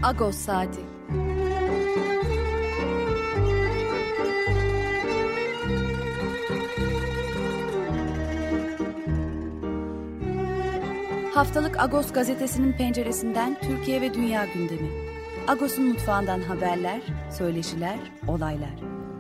Agos Saati. Haftalık Agos gazetesinin penceresinden Türkiye ve dünya gündemi. Agos'un mutfağından haberler, söyleşiler, olaylar.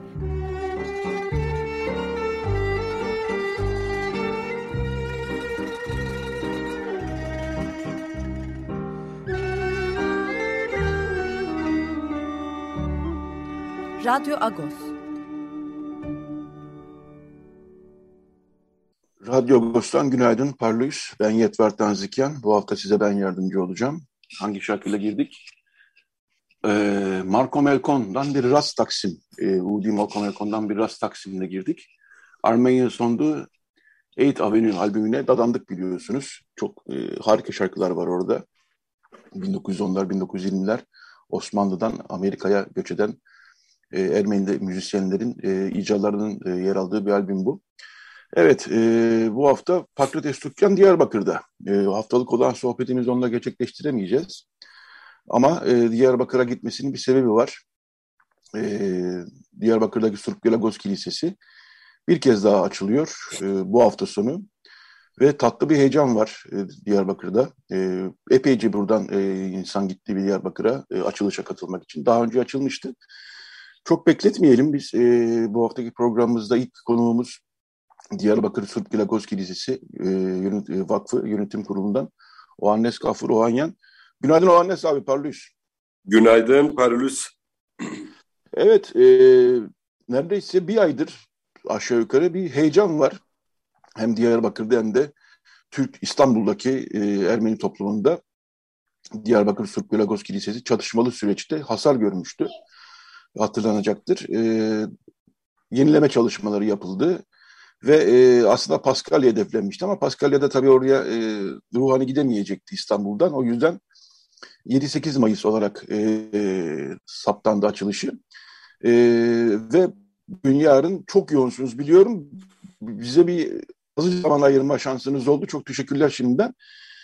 Radyo Agos. Radyo Agos'tan günaydın, parlıyız. Ben Yetvar Tanzikyan. Bu hafta size ben yardımcı olacağım. Hangi şarkıyla girdik? Marco Melkon'dan bir Rast Taksim. Udi Marco Melkon'dan bir Rast Taksim'le girdik. Armenian Son'du 8 Avenue albümüne dadandık biliyorsunuz. Çok harika şarkılar var orada. 1910'lar, 1920'ler Osmanlı'dan Amerika'ya göç eden Ermeni müzisyenlerin icralarının yer aldığı bir albüm bu. Evet, bu hafta Pakrates Tukyan Diyarbakır'da. Haftalık olan sohbetimizi onunla gerçekleştiremeyeceğiz. Ama Diyarbakır'a gitmesinin bir sebebi var. Diyarbakır'daki Surp-Gelagos Kilisesi bir kez daha açılıyor bu hafta sonu. Ve tatlı bir heyecan var Diyarbakır'da. Epeyce buradan insan gitti bir Diyarbakır'a açılışa katılmak için. Daha önce açılmıştı. Çok bekletmeyelim. Biz bu haftaki programımızda ilk konuğumuz Diyarbakır Surp-Gelagos Kilisesi Vakfı Yönetim Kurulu'ndan Ohannes Gafur Ohanyan. Günaydın Ohannes abi, parlıyız. Günaydın Parlus. Evet, neredeyse bir aydır aşağı yukarı bir heyecan var. Hem Diyarbakır'da hem de İstanbul'daki Ermeni toplumunda Diyarbakır Surp-Gelagos Kilisesi çatışmalı süreçte hasar görmüştü. Hatırlanacaktır. Yenileme çalışmaları yapıldı. Ve aslında Paskalya hedeflenmişti ama Paskalya'da tabii oraya ruhani gidemeyecekti İstanbul'dan. O yüzden 7-8 Mayıs olarak saptandı açılışı. Ve bugün yarın çok yoğunsunuz biliyorum. Bize bir azıcık zaman ayırma şansınız oldu. Çok teşekkürler şimdiden.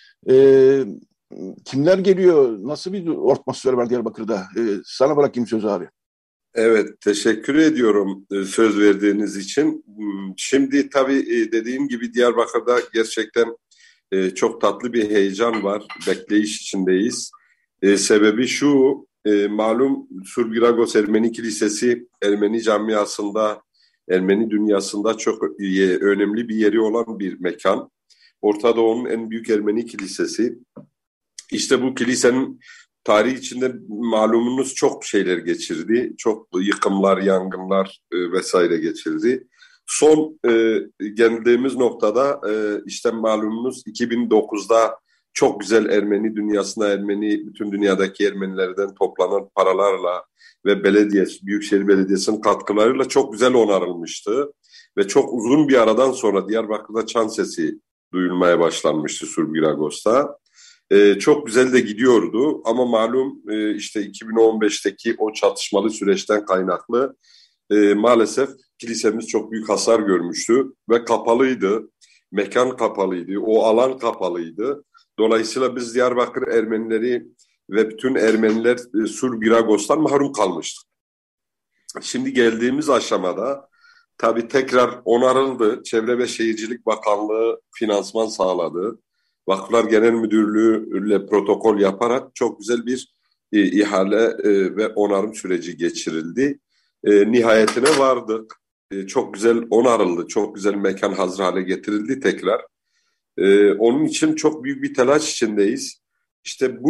Kimler geliyor? Nasıl bir atmosfer var Diyarbakır'da? Sana bırakayım sözü abi. Evet, teşekkür ediyorum söz verdiğiniz için. Şimdi tabii dediğim gibi Diyarbakır'da gerçekten çok tatlı bir heyecan var. Bekleyiş içindeyiz. Sebebi şu, malum Surp-Gelagos Ermeni Kilisesi Ermeni camiasında, Ermeni dünyasında çok önemli bir yeri olan bir mekan. Orta Doğu'nun en büyük Ermeni kilisesi. İşte bu kilisenin tarih içinde malumunuz çok şeyler geçirdi. Çok yıkımlar, yangınlar vesaire geçirdi. Son geldiğimiz noktada işte malumunuz 2009'da çok güzel Ermeni dünyasına, bütün dünyadaki Ermenilerden toplanan paralarla ve Büyükşehir Belediyesi'nin katkılarıyla çok güzel onarılmıştı. Ve çok uzun bir aradan sonra Diyarbakır'da çan sesi duyulmaya başlanmıştı Surp-Gelagos'ta. Çok güzel de gidiyordu ama malum işte 2015'teki o çatışmalı süreçten kaynaklı maalesef kilisemiz çok büyük hasar görmüştü ve kapalıydı. Mekan kapalıydı, o alan kapalıydı. Dolayısıyla biz Diyarbakır Ermenileri ve bütün Ermeniler Surp-Gelagos'tan mahrum kalmıştık. Şimdi geldiğimiz aşamada tabii tekrar onarıldı. Çevre ve Şehircilik Bakanlığı finansman sağladı. Vakıflar Genel Müdürlüğü ile protokol yaparak çok güzel bir ihale ve onarım süreci geçirildi. Nihayetine vardık. Çok güzel onarıldı. Çok güzel mekan hazır hale getirildi tekrar. Onun için çok büyük bir telaş içindeyiz. İşte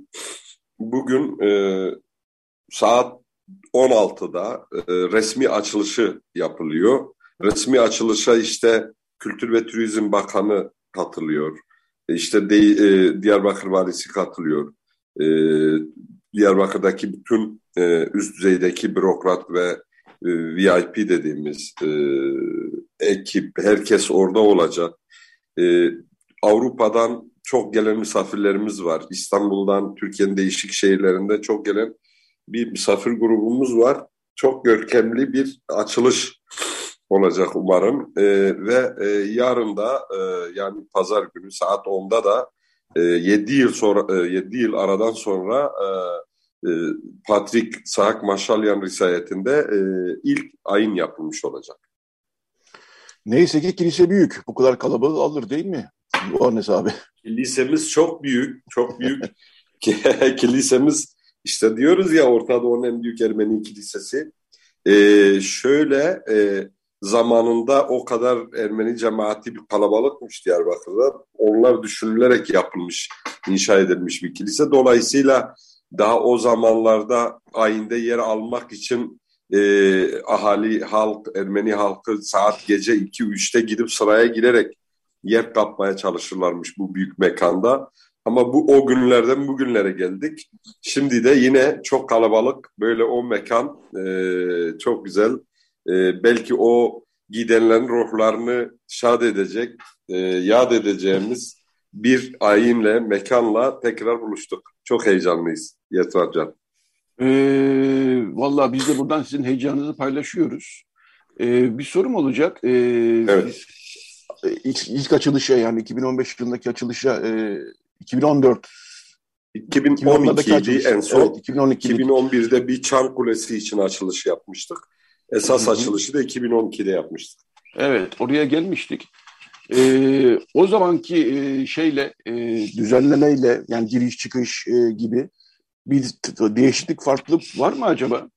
bugün saat 16'da resmi açılışı yapılıyor. Resmi açılışa işte Kültür ve Turizm Bakanı katılıyor. İşte Diyarbakır Valisi katılıyor. Diyarbakır'daki bütün üst düzeydeki bürokrat ve VIP dediğimiz ekip, herkes orada olacak. Avrupa'dan çok gelen misafirlerimiz var. İstanbul'dan, Türkiye'nin değişik şehirlerinde çok gelen bir misafir grubumuz var. Çok görkemli bir açılış olacak umarım. Ve yarın da yani pazar günü saat 10'da da 7 yıl aradan sonra Patrik Sahak Maşalyan risayetinde ilk ayin yapılmış olacak. Neyse ki kilise büyük. Bu kadar kalabalığı alır değil mi? Yohannes abi. Kilisemiz çok büyük, çok büyük. Kilisemiz işte diyoruz ya Orta Doğu'nun en büyük Ermeni kilisesi. Şöyle zamanında o kadar Ermeni cemaati bir kalabalıkmış Diyarbakır'da. Onlar düşünülerek yapılmış, inşa edilmiş bir kilise. Dolayısıyla daha o zamanlarda ayinde yer almak için ahali, halk, Ermeni halkı saat gece 2-3'te gidip sıraya girerek yer kapmaya çalışırlarmış bu büyük mekanda. Ama bu o günlerden bugünlere geldik. Şimdi de yine çok kalabalık böyle o mekan çok güzel. Belki o gidenlerin ruhlarını şad edecek, yad edeceğimiz bir ayinle, mekanla tekrar buluştuk. Çok heyecanlıyız Yetvar Can. Vallahi biz de buradan sizin heyecanınızı paylaşıyoruz. Bir sorum olacak. Evet. İlk açılışa yani 2015 yılındaki açılışa 2014 2012'ydi en son. Evet, 2011'de bir Çan Kulesi için açılış yapmıştık. Esas açılışı da 2012'de yapmıştık. Evet, oraya gelmiştik. O zamanki düzenlemeyle yani giriş çıkış gibi bir değişiklik, farklılık var mı acaba?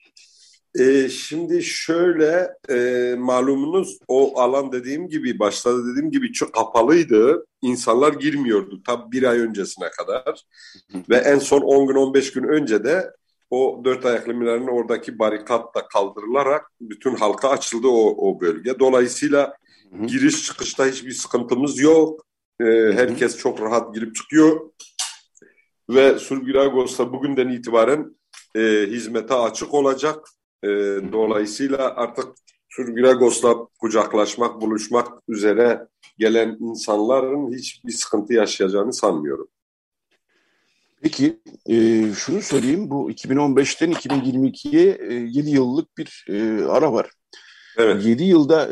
Şimdi şöyle malumunuz o alan dediğim gibi başta da dediğim gibi çok kapalıydı. İnsanlar girmiyordu tabii bir ay öncesine kadar. Ve en son 10 gün 15 gün önce de o dört ayaklı minarenin oradaki barikat da kaldırılarak bütün halka açıldı o bölge. Dolayısıyla giriş çıkışta hiçbir sıkıntımız yok. Herkes çok rahat girip çıkıyor. Ve Surgiragos'ta bugünden itibaren hizmete açık olacak. Dolayısıyla artık Surgiragos'la kucaklaşmak, buluşmak üzere gelen insanların hiçbir sıkıntı yaşayacağını sanmıyorum. Peki şunu sorayım, bu 2015'ten 2022'ye 7 yıllık bir ara var. Evet. 7 yılda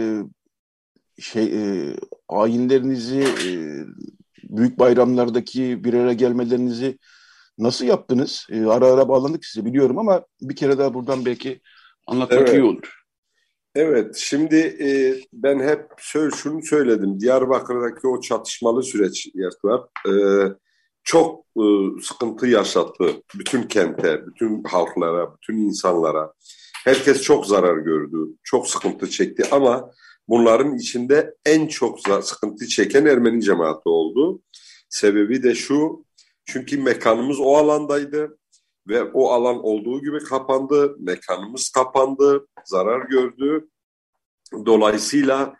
ayinlerinizi, büyük bayramlardaki bir araya gelmelerinizi nasıl yaptınız? Ara ara bağlandık size biliyorum ama bir kere daha buradan belki anlatmak iyi olur. Evet, şimdi ben hep şunu söyledim. Diyarbakır'daki o çatışmalı süreç var. Çok sıkıntı yaşattı bütün kente, bütün halklara, bütün insanlara. Herkes çok zarar gördü, çok sıkıntı çekti ama bunların içinde en çok sıkıntı çeken Ermeni cemaati oldu. Sebebi de şu, çünkü mekanımız o alandaydı ve o alan olduğu gibi kapandı, mekanımız kapandı, zarar gördü. Dolayısıyla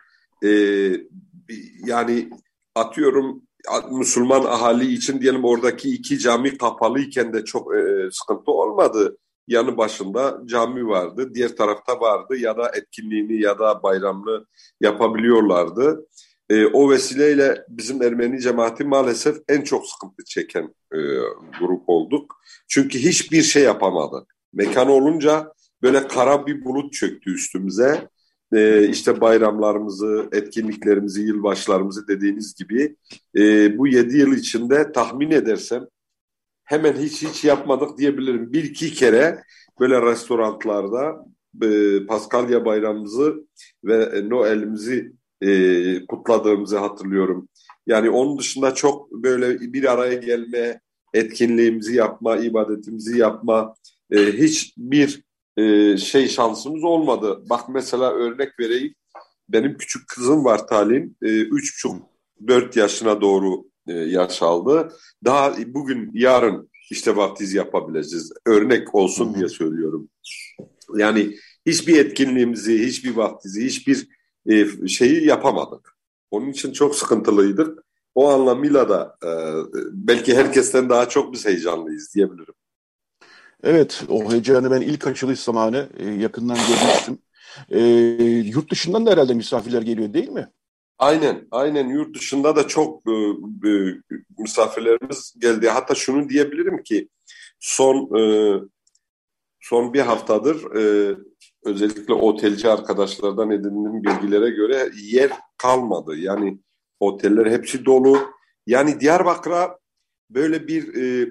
yani atıyorum Müslüman ahali için diyelim oradaki 2 cami kapalıyken de çok sıkıntı olmadı. Yanı başında cami vardı, diğer tarafta vardı ya da etkinliğini ya da bayramını yapabiliyorlardı. O vesileyle bizim Ermeni cemaati maalesef en çok sıkıntı çeken grup olduk. Çünkü hiçbir şey yapamadık. Mekan olunca böyle kara bir bulut çöktü üstümüze. İşte bayramlarımızı, etkinliklerimizi, yılbaşlarımızı dediğiniz gibi bu 7 yıl içinde tahmin edersem hemen hiç yapmadık diyebilirim. 1-2 kere böyle restoranlarda Paskalya bayramımızı ve Noel'imizi kutladığımızı hatırlıyorum. Yani onun dışında çok böyle bir araya gelme, etkinliğimizi yapma, ibadetimizi yapma hiçbir şansımız olmadı. Bak mesela örnek vereyim. Benim küçük kızım var Talim. 3,5-4 yaşına doğru yaş aldı. Daha bugün, yarın işte vaftiz yapabileceğiz. Örnek olsun diye söylüyorum. Yani hiçbir etkinliğimizi, hiçbir vaftizi, hiçbir şeyi yapamadık. Onun için çok sıkıntılıydık. O anlamıyla da belki herkesten daha çok biz heyecanlıyız diyebilirim. Evet, o heyecanı ben ilk açılış zamanı yakından görmüştüm. Yurt dışından da herhalde misafirler geliyor değil mi? Aynen yurt dışında da çok misafirlerimiz geldi. Hatta şunu diyebilirim ki son bir haftadır özellikle otelci arkadaşlardan edindiğim bilgilere göre yer kalmadı. Yani oteller hepsi dolu. Yani Diyarbakır'a böyle bir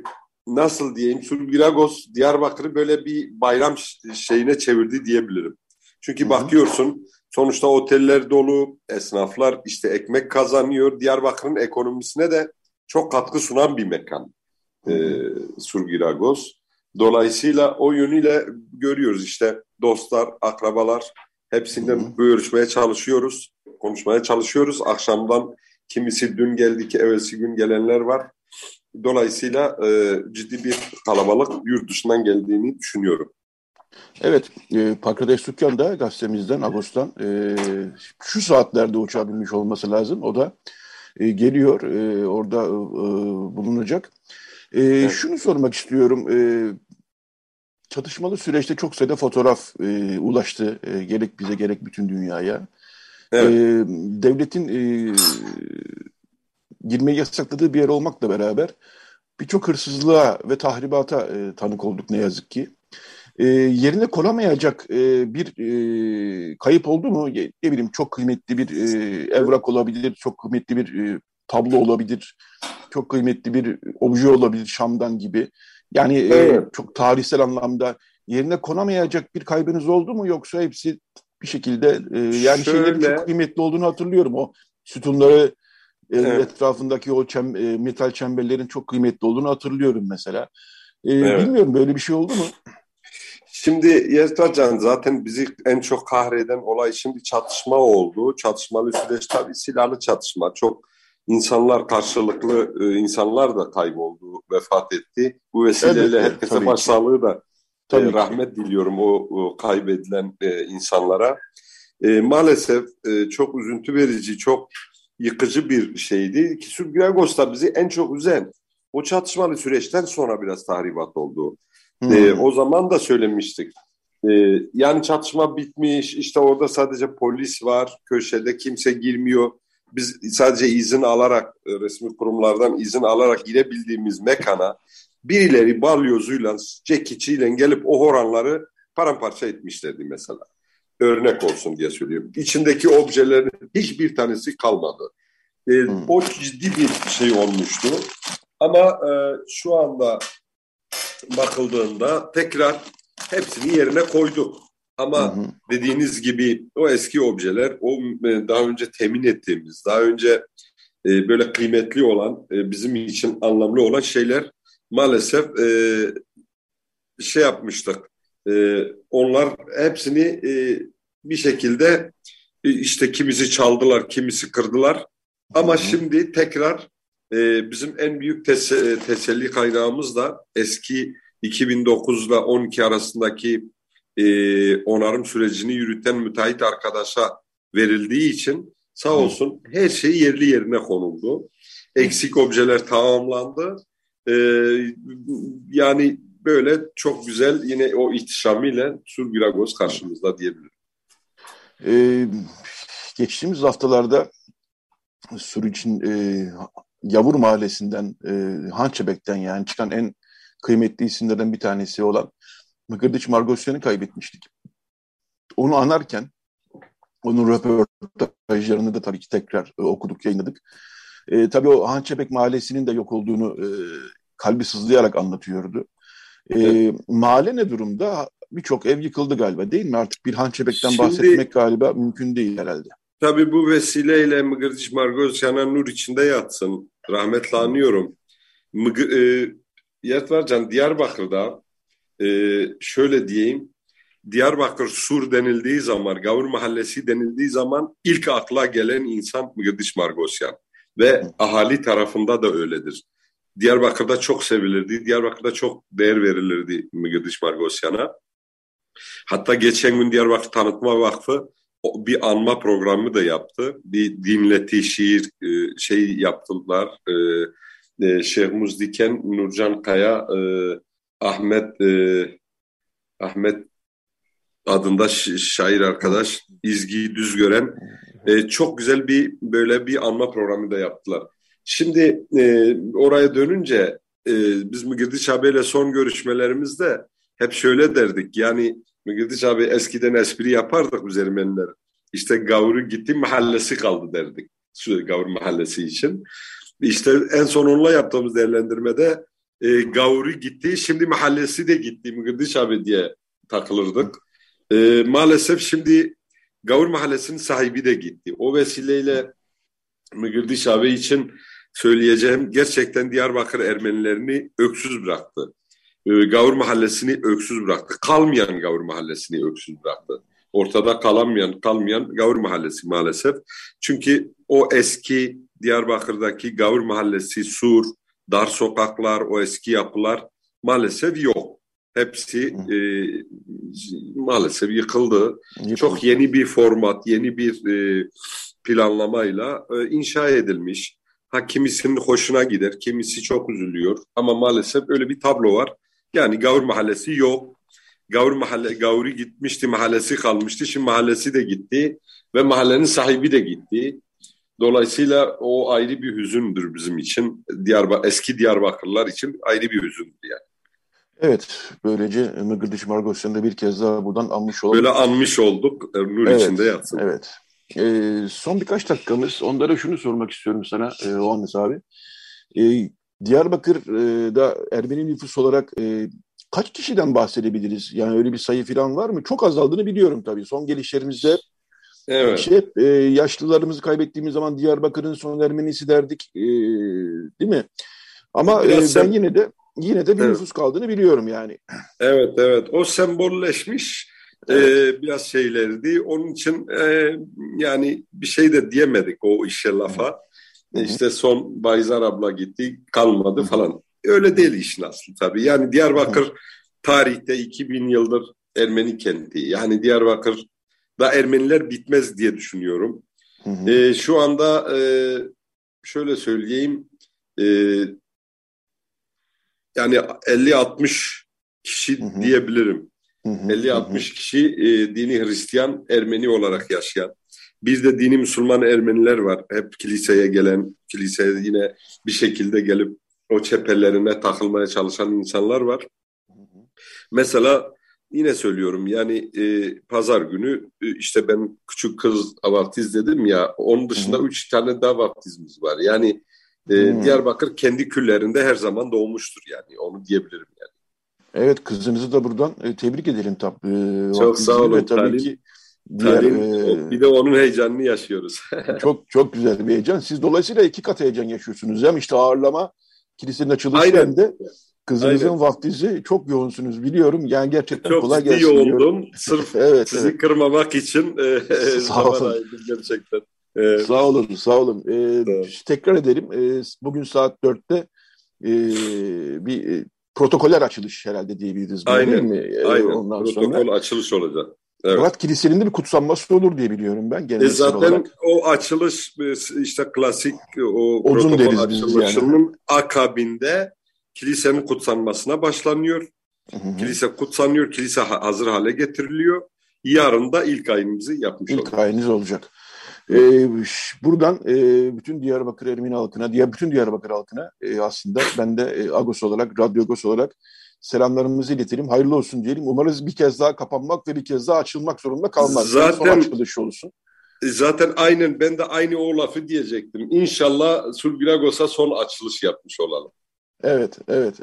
nasıl diyeyim, Surgiragos Diyarbakır'ı böyle bir bayram şeyine çevirdi diyebilirim. Çünkü bakıyorsun sonuçta oteller dolu, esnaflar işte ekmek kazanıyor. Diyarbakır'ın ekonomisine de çok katkı sunan bir mekan Surgiragos. Dolayısıyla o yönüyle görüyoruz işte dostlar, akrabalar hepsinden görüşmeye çalışıyoruz, konuşmaya çalışıyoruz. Akşamdan kimisi dün geldi ki evvelsi gün gelenler var. Dolayısıyla ciddi bir kalabalık yurt dışından geldiğini düşünüyorum. Evet, Pakradeş Sükkan da gazetemizden, Ağustos'tan şu saatlerde uçağa binmiş olması lazım. O da geliyor, orada bulunacak. Evet. Şunu sormak istiyorum. Çatışmalı süreçte çok sayıda fotoğraf ulaştı. Gerek bize gerek bütün dünyaya. Evet. Devletin girmeyi yasakladığı bir yer olmakla beraber birçok hırsızlığa ve tahribata tanık olduk ne yazık ki. Yerine konamayacak bir kayıp oldu mu? Ne bileyim, çok kıymetli bir evrak olabilir, çok kıymetli bir tablo olabilir, çok kıymetli bir obje olabilir Şam'dan gibi. Yani Evet. çok tarihsel anlamda yerine konamayacak bir kaybınız oldu mu? Yoksa hepsi bir şekilde yani şeylerin çok Şöyle, kıymetli olduğunu hatırlıyorum. O sütunları evet, etrafındaki o metal çemberlerin çok kıymetli olduğunu hatırlıyorum mesela. evet. Bilmiyorum, böyle bir şey oldu mu? Şimdi Yezdacan zaten bizi en çok kahreden olay şimdi çatışma oldu. Çatışmalı süreç tabii silahlı çatışma. Çok insanlar karşılıklı insanlar da kayboldu, vefat etti. Bu vesileyle Elbette, herkese tabii ki. başsağlığı da Tabii ki. rahmet diliyorum o kaybedilen insanlara. Maalesef çok üzüntü verici, çok yıkıcı bir şeydi. Ki Sürgüyagos'ta bizi en çok üzen o çatışmalı süreçten sonra biraz tahribat oldu. O zaman da söylemiştik. Yani çatışma bitmiş, işte orada sadece polis var, köşede kimse girmiyor. Biz sadece izin alarak, resmi kurumlardan izin alarak girebildiğimiz mekana birileri balyozuyla, çekiçiyle gelip o horanları paramparça etmişlerdi mesela. Örnek olsun diye söylüyorum. İçindeki objelerin hiçbir tanesi kalmadı. O ciddi bir şey olmuştu. Ama şu anda bakıldığında tekrar hepsini yerine koyduk. Ama dediğiniz gibi o eski objeler, o daha önce temin ettiğimiz, daha önce böyle kıymetli olan, bizim için anlamlı olan şeyler maalesef şey yapmıştık. Onlar hepsini bir şekilde işte kimisi çaldılar, kimisi kırdılar. Ama şimdi tekrar bizim en büyük teselli kaynağımız da eski 2009 ile 12 arasındaki onarım sürecini yürüten müteahhit arkadaşa verildiği için sağ olsun her şey yerli yerine konuldu. Eksik objeler tamamlandı. Yani böyle çok güzel yine o ihtişamıyla Surgiragos karşımızda diyebilirim. Ee, Geçtiğimiz haftalarda Suriç'in Yavur Mahallesi'nden, Hançebek'ten yani çıkan en kıymetli isimlerden bir tanesi olan Mıkırdıç Margosyan'ı kaybetmiştik. Onu anarken onun röportajlarını da tabii ki tekrar okuduk, yayınladık. Tabii o Hançebek Mahallesi'nin de yok olduğunu kalbi sızlayarak anlatıyordu. Mahalle ne durumda? Birçok ev yıkıldı galiba, değil mi? Artık bir Hançebek'ten bahsetmek galiba mümkün değil herhalde. Tabii bu vesileyle Mıgırdiç Margosyan'a nur içinde yatsın. Rahmetle anıyorum. Yetvarcan Diyarbakır'da şöyle diyeyim. Diyarbakır Sur denildiği zaman, Gavur Mahallesi denildiği zaman ilk akla gelen insan Mıgırdiç Margosyan. Ve ahali tarafında da öyledir. Diyarbakır'da çok sevilirdi. Diyarbakır'da çok değer verilirdi Mıgırdiç Margosyan'a. Hatta geçen gün Diyarbakır Tanıtma Vakfı bir anma programı da yaptı. Bir dinleti, şiir şey yaptılar. Şeyh Muzdiken, Nurcan Kaya, Ahmet adında şair arkadaş, İzgi Düzgören çok güzel bir böyle bir anma programı da yaptılar. Şimdi oraya dönünce biz Mıgırdiç abiyle son görüşmelerimizde hep şöyle derdik. Yani Mıgırdiç abi eskiden espri yapardık biz Ermeniler. İşte Gavur'u gitti mahallesi kaldı derdik. Gavur mahallesi için. İşte en son onunla yaptığımız değerlendirmede Gavuri gitti. Şimdi mahallesi de gitti. Mıgırdiş abi diye takılırdık. Maalesef şimdi Gavur mahallesinin sahibi de gitti. O vesileyle Mıgırdiş abi için söyleyeceğim, gerçekten Diyarbakır Ermenilerini öksüz bıraktı. Gavur mahallesini öksüz bıraktı. Kalmayan Gavur mahallesini öksüz bıraktı. Ortada kalmayan Gavur mahallesi maalesef. Çünkü o eski Diyarbakır'daki Gavur mahallesi, sur, dar sokaklar, o eski yapılar maalesef yok. Hepsi maalesef yıkıldı. Çok yeni bir format, yeni bir planlamayla inşa edilmiş. Kimisinin hoşuna gider, kimisi çok üzülüyor. Ama maalesef öyle bir tablo var. Yani Gavur mahallesi yok. Gavuri gitmişti, mahallesi kalmıştı. Şimdi mahallesi de gitti ve mahallenin sahibi de gitti. Dolayısıyla o ayrı bir hüzündür bizim için. Eski Diyarbakırlılar için ayrı bir hüzündür yani. Evet, böylece Mıgırdiş Margosyan'ı da bir kez daha buradan anmış olduk. Böyle anmış olduk. Nur içinde yatsın. Evet. Son birkaç dakikamız. Onlara şunu sormak istiyorum sana Oğuz abi. Diyarbakır'da Ermeni nüfus olarak kaç kişiden bahsedebiliriz? Yani öyle bir sayı falan var mı? Çok azaldığını biliyorum tabii. Son gelişlerimizde yaşlılarımızı kaybettiğimiz zaman Diyarbakır'ın son Ermenisi derdik. Değil mi? Ama ben yine de bir nüfus kaldığını biliyorum yani. Evet. O sembolleşmiş biraz şeylerdi. Onun için yani bir şey de diyemedik o işe lafa. İşte son Bayzar abla gitti, kalmadı falan. Öyle değil işin aslı tabii. Yani Diyarbakır tarihte 2000 yıldır Ermeni kenti. Yani Diyarbakır'da Ermeniler bitmez diye düşünüyorum. Şu anda şöyle söyleyeyim, yani 50-60 kişi diyebilirim. 50-60 kişi dini Hristiyan Ermeni olarak yaşayan. Bir de dini Müslüman Ermeniler var. Hep kiliseye gelen, kiliseye yine bir şekilde gelip o çepelerine takılmaya çalışan insanlar var. Mesela yine söylüyorum yani pazar günü işte ben küçük kız vaftiz dedim ya, onun dışında 3 tane daha vaftizimiz var. Yani Diyarbakır kendi küllerinde her zaman doğmuştur yani, onu diyebilirim yani. Evet, kızınızı da buradan tebrik edelim tabii. Çok sağ olun. Tabii ki bir de onun heyecanını yaşıyoruz. çok güzel bir heyecan. Siz dolayısıyla 2 kat heyecan yaşıyorsunuz. Hem işte ağırlama, kilisenin açılışı hem de kızınızın vaftizi, çok yoğunsunuz biliyorum. Yani gerçekten çok kolay gelsin. Çok ciddi yoğundum. Sırf sizi kırmamak için sağ olun. Gerçekten. Sağ olun. Tekrar edelim. Bugün saat 4'te bir protokoller açılış herhalde diyebiliriz. Aynen. Değil mi? Aynen. Ondan protokol sonra açılış olacak. Evet. Fakat kilisenin de bir kutsanması olur diye biliyorum ben. Zaten olarak. O açılış işte klasik o Uzun protokol açılışının yani. akabinde kilisenin kutsanmasına başlanıyor. Kilise kutsanıyor, kilise hazır hale getiriliyor. Yarın da ilk ayinimizi yapmış olacağız. İlk ayiniz olacak. Buradan bütün Diyarbakır Ermeni halkına, bütün Diyarbakır halkına aslında ben de Agos olarak, Radyo Agos olarak selamlarımızı iletelim. Hayırlı olsun diyelim. Umarız bir kez daha kapanmak ve bir kez daha açılmak zorunda kalmaz. Son açılışı olsun. Zaten aynen ben de aynı o lafı diyecektim. İnşallah Sulgiragos'a son açılış yapmış olalım. Evet.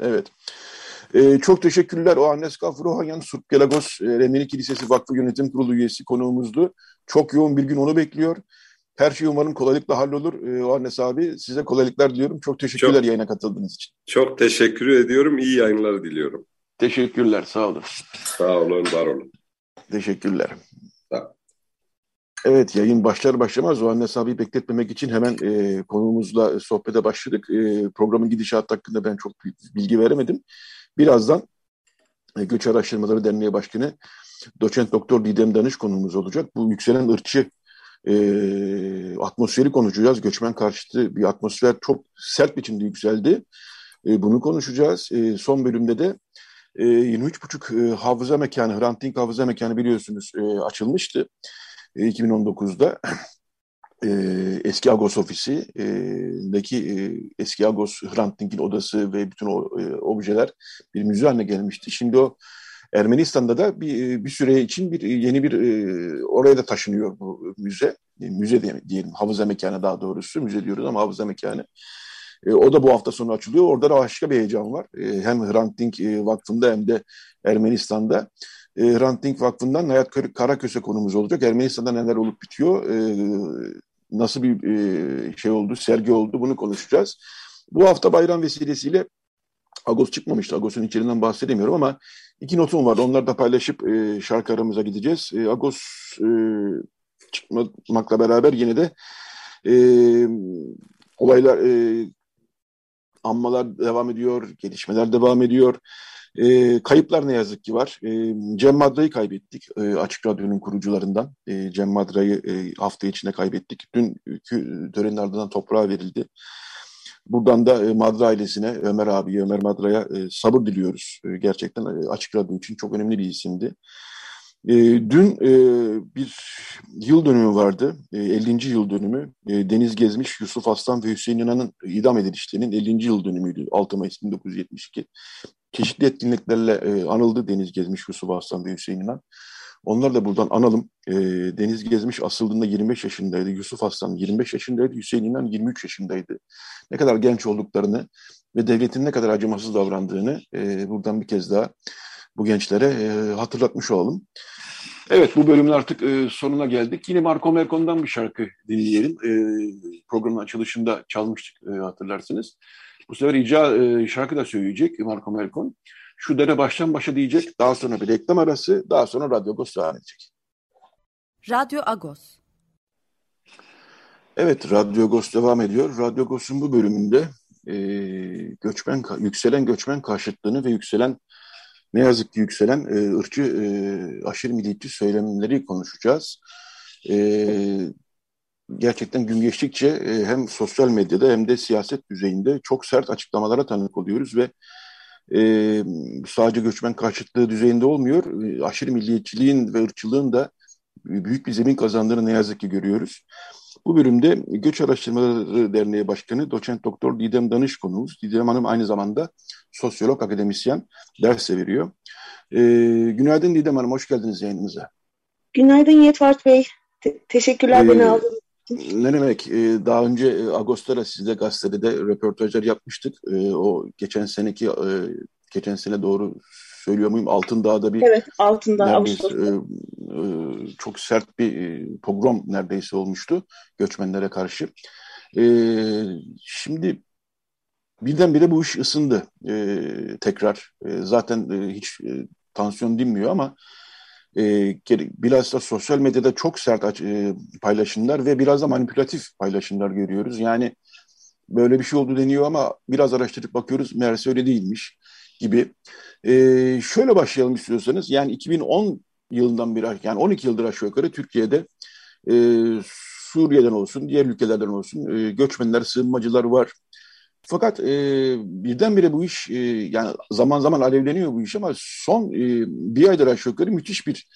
Çok teşekkürler. Ohannes Gafrohanyan, Surpgelagos Ermeni Kilisesi Vakfı Yönetim Kurulu üyesi konuğumuzdu. Çok yoğun bir gün onu bekliyor. Her şey umarım kolaylıkla hallolur. Ohannes abi, size kolaylıklar diliyorum. Çok teşekkürler yayına katıldığınız için. Çok teşekkür ediyorum. İyi yayınlar diliyorum. Teşekkürler. Sağ olun. Sağ olun, var olun. Teşekkürler. Evet, yayın başlar başlamaz Ohannes abi bekletmemek için hemen konuğumuzla sohbete başladık. Programın gidişatı hakkında ben çok bilgi veremedim. Birazdan Göç Araştırmaları Derneği Başkanı Doçent Doktor Didem Danış konuğumuz olacak. Bu yükselen ırkçı atmosferi konuşacağız. Göçmen karşıtı bir atmosfer çok sert biçimde yükseldi. Bunu konuşacağız. Son bölümde de 23,5 hafıza mekanı, Hrant Dink hafıza mekanı biliyorsunuz açılmıştı 2019'da. Eski Agos ofisindeki eski Agos Hrant Dink'in odası ve bütün o objeler bir müze haline gelmişti. Şimdi o Ermenistan'da da bir süre için yeni bir oraya da taşınıyor bu müze. Müze diyelim, hafıza mekanı daha doğrusu. Müze diyoruz ama hafıza mekanı. O da bu hafta sonu açılıyor. Orada da başka bir heyecan var. Hem Hrant Dink Vakfı'nda hem de Ermenistan'da. Hrant Dink Vakfı'ndan Hayat Karaköse konumuz olacak. Ermenistan'da neler olup bitiyor, nasıl bir şey oldu, sergi oldu, bunu konuşacağız. Bu hafta bayram vesilesiyle Agos çıkmamıştı. Agos'un içeriğinden bahsedemiyorum ama 2 notum var. Onları da paylaşıp şarkı aramıza gideceğiz. Agos çıkmamakla beraber yine de olaylar, anmalar devam ediyor, gelişmeler devam ediyor. Kayıplar ne yazık ki var. Cem Madra'yı kaybettik. Açık Radyo'nun kurucularından. Cem Madra'yı hafta içinde kaybettik. Dünkü törenin ardından toprağa verildi. Buradan da Madra ailesine, Ömer abiye, Ömer Madra'ya sabır diliyoruz. Gerçekten Açık Radyo için çok önemli bir isimdi. Dün bir yıl dönümü vardı. 50. yıl dönümü. Deniz Gezmiş, Yusuf Aslan ve Hüseyin İnan'ın idam edilişlerinin 50. yıl dönümüydü. 6 Mayıs 1972. Çeşitli etkinliklerle anıldı Deniz Gezmiş, Yusuf Aslan ve Hüseyin İnan. Onları da buradan analım. Deniz Gezmiş asıldığında 25 yaşındaydı. Yusuf Aslan 25 yaşındaydı. Hüseyin İnan 23 yaşındaydı. Ne kadar genç olduklarını ve devletin ne kadar acımasız davrandığını buradan bir kez daha bu gençlere hatırlatmış olalım. Evet, bu bölümün artık sonuna geldik. Yine Marco Mercon'dan bir şarkı dinleyelim. Programın açılışında çalmıştık, hatırlarsınız. Bu sefer şarkı da söyleyecek Marco Mercon. Şu dere baştan başa diyecek. Daha sonra bir reklam arası. Daha sonra Radyo Agos devam edecek. Radyo Agos. Evet, Radyo Agos devam ediyor. Radyo Agos'un bu bölümünde yükselen göçmen karşıtlığını ve ne yazık ki yükselen ırkçı, aşırı milliyetçi söylemleri konuşacağız. Gerçekten gün geçtikçe hem sosyal medyada hem de siyaset düzeyinde çok sert açıklamalara tanık oluyoruz ve sadece göçmen karşıtlığı düzeyinde olmuyor. Aşırı milliyetçiliğin ve ırkçılığın da büyük bir zemin kazandığını ne yazık ki görüyoruz. Bu bölümde Göç Araştırmaları Derneği Başkanı Doçent Doktor Didem Danış konuğumuz. Didem Hanım aynı zamanda sosyolog, akademisyen, ders de veriyor. Günaydın Didem Hanım, hoş geldiniz yayınımıza. Günaydın Yetvart Bey. Teşekkürler beni aldığınız için. Ne demek? Daha önce Ağustos'ta sizde gazetede röportajlar yapmıştık. O geçen sene doğru söylüyor muyum? Altındağ'da bir... Evet, Altındağ, Ağustos'ta. Çok sert bir pogrom neredeyse olmuştu göçmenlere karşı. Şimdi birdenbire bu iş ısındı tekrar. Zaten hiç tansiyon dinmiyor ama biraz da sosyal medyada çok sert paylaşımlar ve biraz da manipülatif paylaşımlar görüyoruz. Yani böyle bir şey oldu deniyor ama biraz araştırıp bakıyoruz meğerse öyle değilmiş gibi. Şöyle başlayalım istiyorsanız. Yani 2010 yılından beri, yani 12 yıldır aşağı yukarı Türkiye'de Suriye'den olsun, diğer ülkelerden olsun göçmenler, sığınmacılar var. Fakat birdenbire bu iş yani zaman zaman alevleniyor bu iş ama son bir aydır aşağı yukarı müthiş bir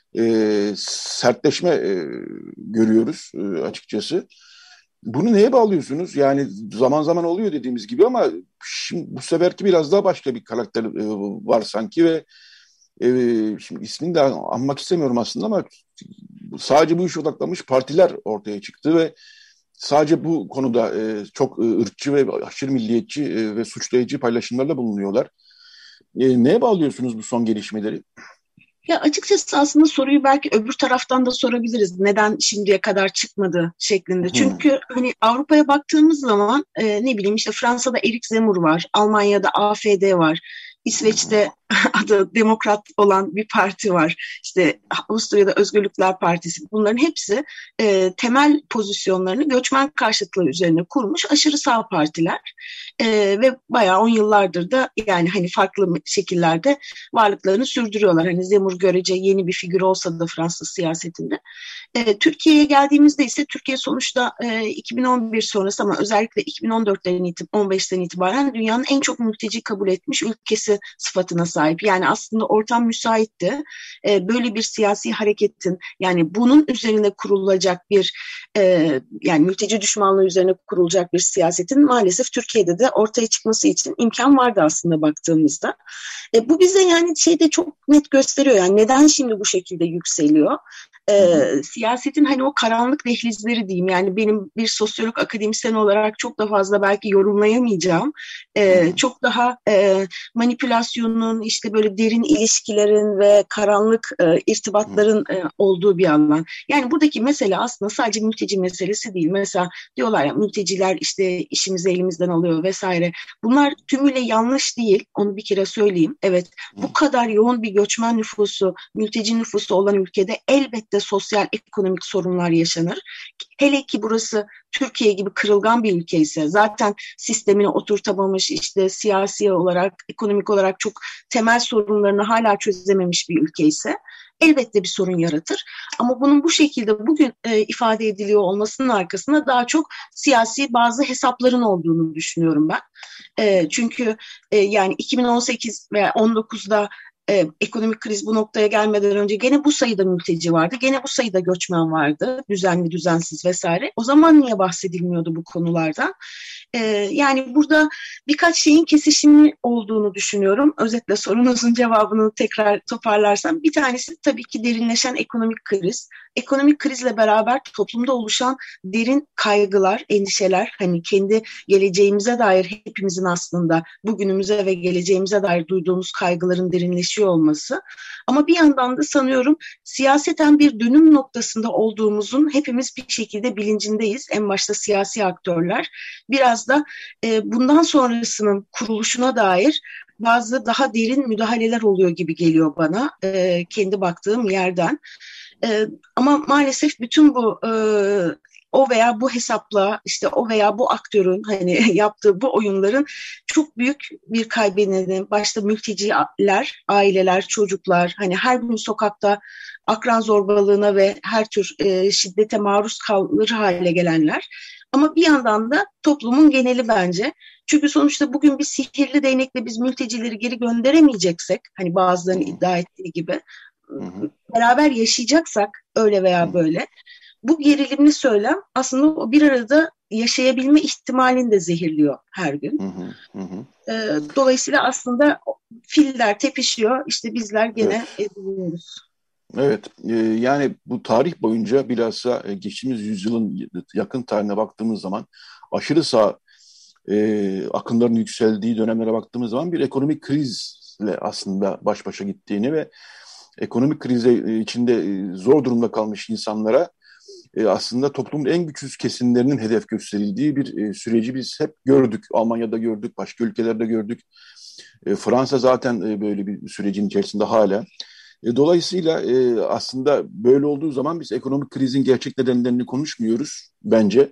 sertleşme görüyoruz açıkçası. Bunu neye bağlıyorsunuz? Yani zaman zaman oluyor dediğimiz gibi ama şimdi bu seferki biraz daha başka bir karakter var sanki ve şimdi ismini de anmak istemiyorum aslında ama sadece bu işe odaklanmış partiler ortaya çıktı ve sadece bu konuda çok ırkçı ve aşırı milliyetçi ve suçlayıcı paylaşımlarla bulunuyorlar. Neye bağlıyorsunuz bu son gelişmeleri? Ya açıkçası aslında soruyu belki öbür taraftan da sorabiliriz. Neden şimdiye kadar çıkmadı şeklinde. Çünkü hani Avrupa'ya baktığımız zaman ne bileyim işte Fransa'da Erik Zemmour var, Almanya'da AfD var. İsveç'te adı Demokrat olan bir parti var. İşte Avusturya'da Özgürlükler Partisi. Bunların hepsi temel pozisyonlarını göçmen karşıtlığı üzerine kurmuş aşırı sağ partiler. Ve bayağı 10 yıllardır da yani hani farklı şekillerde varlıklarını sürdürüyorlar. Hani Zemmour görece yeni bir figür olsa da Fransız siyasetinde. Türkiye'ye geldiğimizde ise Türkiye sonuçta 2011 sonrası ama özellikle 2015'ten itibaren dünyanın en çok mülteci kabul etmiş ülkesi sıfatına sahip. Yani aslında ortam müsaitti. Böyle bir siyasi hareketin yani bunun üzerine kurulacak bir yani mülteci düşmanlığı üzerine kurulacak bir siyasetin maalesef Türkiye'de de ortaya çıkması için imkan vardı aslında baktığımızda. Bu bize yani şeyde çok net gösteriyor yani neden şimdi bu şekilde yükseliyor. Siyasetin hani o karanlık dehlizleri diyeyim, yani benim bir sosyolog akademisyen olarak çok da fazla belki yorumlayamayacağım, çok daha manipülasyonun, işte böyle derin ilişkilerin ve karanlık irtibatların olduğu bir alan. Yani buradaki mesele aslında sadece mülteci meselesi değil. Mesela diyorlar ya, mülteciler işte işimizi elimizden alıyor vesaire. Bunlar tümüyle yanlış değil. Onu bir kere söyleyeyim. Evet, bu kadar yoğun bir göçmen nüfusu, mülteci nüfusu olan ülkede elbette sosyal, ekonomik sorunlar yaşanır. Hele ki burası Türkiye gibi kırılgan bir ülke ise, zaten sistemini oturtamamış, işte siyasi olarak, ekonomik olarak çok temel sorunlarını hala çözememiş bir ülke ise elbette bir sorun yaratır. Ama bunun bu şekilde bugün ifade ediliyor olmasının arkasında daha çok siyasi bazı hesapların olduğunu düşünüyorum ben. Çünkü yani 2018 veya 19'da ekonomik kriz bu noktaya gelmeden önce gene bu sayıda mülteci vardı. Gene bu sayıda göçmen vardı. Düzenli, düzensiz vesaire. O zaman niye bahsedilmiyordu bu konulardan? Yani burada birkaç şeyin kesişimi olduğunu düşünüyorum. Özetle sorunuzun cevabını tekrar toparlarsam, bir tanesi tabii ki derinleşen ekonomik kriz. Ekonomik krizle beraber toplumda oluşan derin kaygılar, endişeler, hani kendi geleceğimize dair hepimizin aslında bugünümüze ve geleceğimize dair duyduğumuz kaygıların derinleşiyor olması. Ama bir yandan da sanıyorum siyaseten bir dönüm noktasında olduğumuzun hepimiz bir şekilde bilincindeyiz. En başta siyasi aktörler. Biraz da bundan sonrasının kuruluşuna dair bazı daha derin müdahaleler oluyor gibi geliyor bana kendi baktığım yerden. Ama maalesef bütün bu o veya bu hesapla, işte o veya bu aktörün hani yaptığı bu oyunların çok büyük bir kaybedeni, başta mülteciler, aileler, çocuklar, hani her gün sokakta akran zorbalığına ve her tür şiddete maruz kalır hale gelenler. Ama bir yandan da toplumun geneli bence. Çünkü sonuçta bugün bir sihirli değnekle biz mültecileri geri gönderemeyeceksek, hani bazılarının iddia ettiği gibi, beraber yaşayacaksak öyle veya böyle, bu gerilimli söylem aslında o bir arada yaşayabilme ihtimalini de zehirliyor her gün. Dolayısıyla aslında filler tepişiyor, işte bizler gene eziliyoruz. Evet, yani bu tarih boyunca bilhassa geçtiğimiz yüzyılın yakın tarihine baktığımız zaman aşırı sağ akımların yükseldiği dönemlere baktığımız zaman bir ekonomik krizle aslında baş başa gittiğini ve ekonomik krize içinde zor durumda kalmış insanlara aslında toplumun en güçsüz kesimlerinin hedef gösterildiği bir süreci biz hep gördük. Almanya'da gördük, başka ülkelerde gördük. Fransa zaten böyle bir sürecin içerisinde hala. Dolayısıyla aslında böyle olduğu zaman biz ekonomik krizin gerçek nedenlerini konuşmuyoruz bence.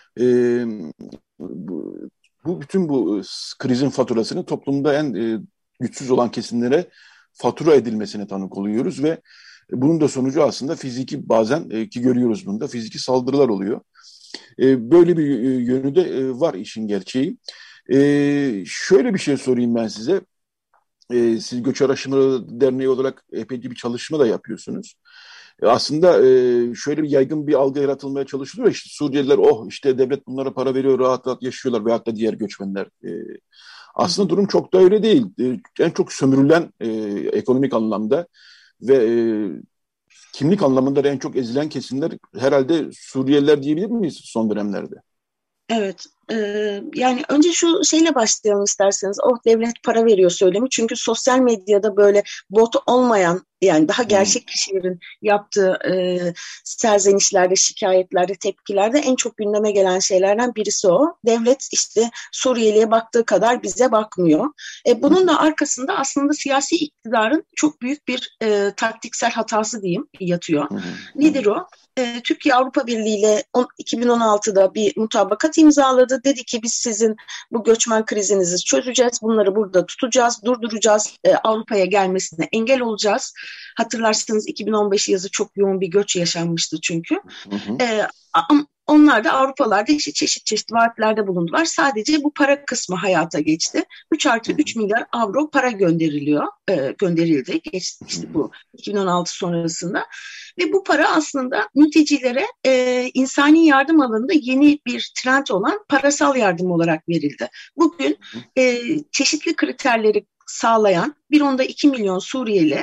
Bütün bu krizin faturasını toplumda en güçsüz olan kesimlere fatura edilmesine tanık oluyoruz ve bunun da sonucu aslında fiziki, bazen ki görüyoruz bunu da, fiziki saldırılar oluyor. Böyle bir yönü de var işin gerçeği. Şöyle bir şey sorayım ben size. Siz Göç Araştırmaları Derneği olarak epeyce bir çalışma da yapıyorsunuz. Aslında şöyle bir yaygın bir algı yaratılmaya çalışılıyor. İşte Suriyeliler, işte devlet bunlara para veriyor, rahat rahat yaşıyorlar, veyahut da diğer göçmenler. Aslında durum çok da öyle değil. En çok sömürülen ekonomik anlamda ve kimlik anlamında da en çok ezilen kesimler herhalde Suriyeliler diyebilir miyiz son dönemlerde? Evet. Yani önce şu şeyle başlayalım isterseniz. Devlet para veriyor söylemi. Çünkü sosyal medyada böyle bot olmayan, yani daha gerçek kişilerin yaptığı serzenişlerde, şikayetlerde, tepkilerde en çok gündeme gelen şeylerden birisi o. Devlet işte Suriyeli'ye baktığı kadar bize bakmıyor. Bunun da arkasında aslında siyasi iktidarın çok büyük bir taktiksel hatası diyeyim yatıyor. Nedir o? Türkiye Avrupa Birliği ile 2016'da bir mutabakat imzaladı. Dedi ki biz sizin bu göçmen krizinizi çözeceğiz. Bunları burada tutacağız, durduracağız. Avrupa'ya gelmesine engel olacağız. Hatırlarsanız 2015 yazı çok yoğun bir göç yaşanmıştı çünkü. Onlar da Avrupalarda işte çeşit vaatlerde bulundular. Sadece bu para kısmı hayata geçti. 3+3 milyar avro para gönderildi. İşte bu 2016 sonrasında. Ve bu para aslında mültecilere insani yardım alanında yeni bir trend olan parasal yardım olarak verildi. Bugün çeşitli kriterleri sağlayan 1.2 milyon Suriyeli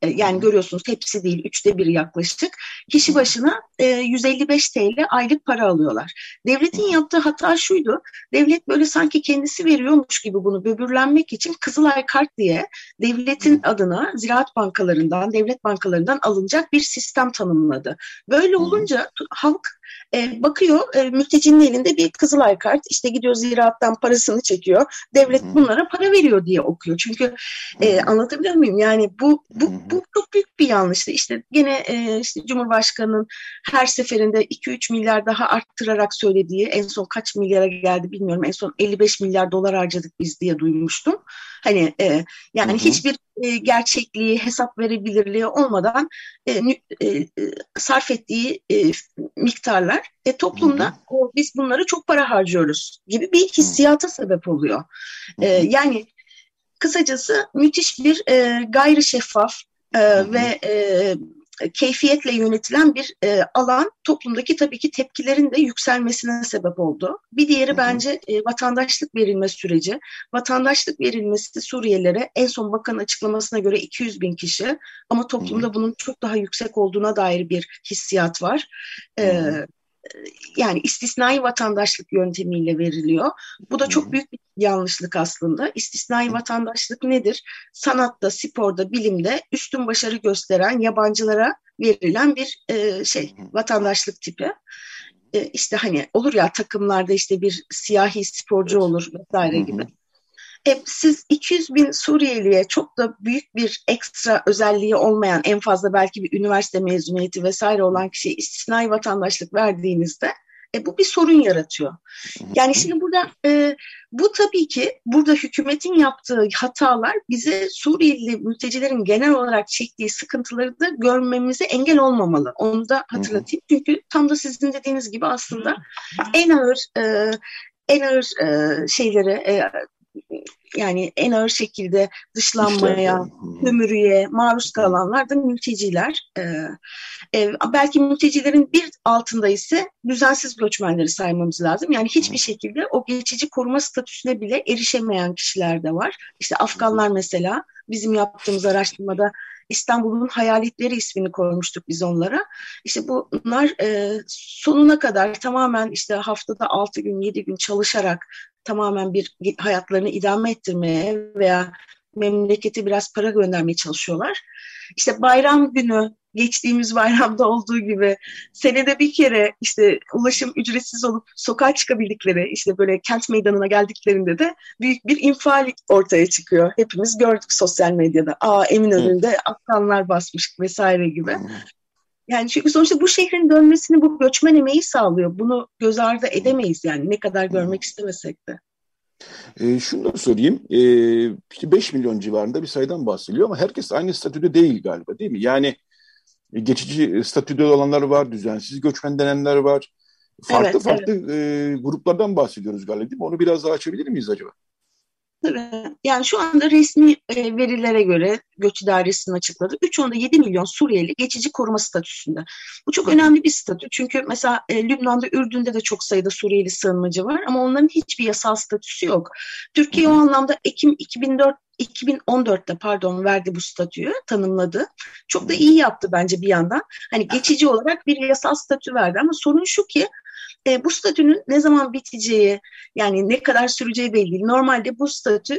Yani görüyorsunuz hepsi değil, 1/3 yaklaşık. Kişi başına 155 TL aylık para alıyorlar. Devletin yaptığı hata şuydu. Devlet böyle sanki kendisi veriyormuş gibi bunu böbürlenmek için Kızılay Kart diye devletin adına ziraat bankalarından, devlet bankalarından alınacak bir sistem tanımladı. Böyle olunca halk bakıyor mültecinin elinde bir Kızılay Kart, işte gidiyor ziraattan parasını çekiyor. Devlet bunlara para veriyor diye okuyor. Çünkü anlatabiliyor muyum? Yani bu çok büyük bir yanlıştı. İşte gene işte Cumhurbaşkanı'nın her seferinde 2-3 milyar daha arttırarak söylediği, en son kaç milyara geldi bilmiyorum. En son 55 milyar dolar harcadık biz diye duymuştum. Hani yani hiçbir gerçekliği, hesap verebilirliği olmadan sarf ettiği miktarlar toplumda biz bunları çok para harcıyoruz gibi bir hissiyata sebep oluyor. Yani kısacası müthiş bir gayri şeffaf ve keyfiyetle yönetilen bir alan toplumdaki tabii ki tepkilerin de yükselmesine sebep oldu. Bir diğeri bence vatandaşlık verilme süreci. Vatandaşlık verilmesi Suriyelilere en son bakan açıklamasına göre 200 bin kişi ama toplumda bunun çok daha yüksek olduğuna dair bir hissiyat var. Yani istisnai vatandaşlık yöntemiyle veriliyor. Bu da çok büyük bir yanlışlık aslında. İstisnai vatandaşlık nedir? Sanatta, sporda, bilimde üstün başarı gösteren yabancılara verilen bir vatandaşlık tipi. İşte hani olur ya takımlarda işte bir siyahi sporcu olur vesaire gibi. Siz 200 bin Suriyeliye çok da büyük bir ekstra özelliği olmayan, en fazla belki bir üniversite mezuniyeti vesaire olan kişiye istisnai vatandaşlık verdiğinizde bu bir sorun yaratıyor. Yani şimdi burada bu tabii ki burada hükümetin yaptığı hatalar bize Suriyeli mültecilerin genel olarak çektiği sıkıntıları da görmemize engel olmamalı. Onu da hatırlatayım. Çünkü tam da sizin dediğiniz gibi aslında en ağır şeylere yani en ağır şekilde dışlanmaya, sömürüye maruz kalanlar da mülteciler. Belki mültecilerin bir altında ise düzensiz göçmenleri saymamız lazım. Yani hiçbir şekilde o geçici koruma statüsüne bile erişemeyen kişiler de var. İşte Afganlar mesela bizim yaptığımız araştırmada İstanbul'un hayaletleri ismini koymuştuk biz onlara. İşte bunlar sonuna kadar tamamen işte haftada 6 gün 7 gün çalışarak tamamen bir hayatlarını idame ettirmeye veya memlekete biraz para göndermeye çalışıyorlar. İşte bayram günü, geçtiğimiz bayramda olduğu gibi senede bir kere işte ulaşım ücretsiz olup sokağa çıkabildikleri, işte böyle kent meydanına geldiklerinde de büyük bir infial ortaya çıkıyor. Hepimiz gördük sosyal medyada. Eminönü'nde Afganlar basmış vesaire gibi. Yani çünkü sonuçta bu şehrin dönmesini bu göçmen emeği sağlıyor. Bunu göz ardı edemeyiz yani ne kadar görmek istemesek de. Şunu da sorayım. İşte 5 milyon civarında bir sayıdan bahsediliyor ama herkes aynı statüde değil galiba, değil mi? Yani geçici statüde olanlar var, düzensiz göçmen denenler var. Farklı gruplardan bahsediyoruz galiba, değil mi? Onu biraz daha açabilir miyiz acaba? Tabii. Yani şu anda resmi verilere göre Göç İdaresi'nin açıkladığı 3.7 milyon Suriyeli geçici koruma statüsünde. Bu çok önemli bir statü. Çünkü mesela Lübnan'da, Ürdün'de de çok sayıda Suriyeli sığınmacı var ama onların hiçbir yasal statüsü yok. Türkiye o anlamda Ekim 2014'te verdi bu statüyü, tanımladı. Çok da iyi yaptı bence bir yandan. Hani geçici olarak bir yasal statü verdi ama sorun şu ki bu statünün ne zaman biteceği, yani ne kadar süreceği belli değil. Normalde bu statü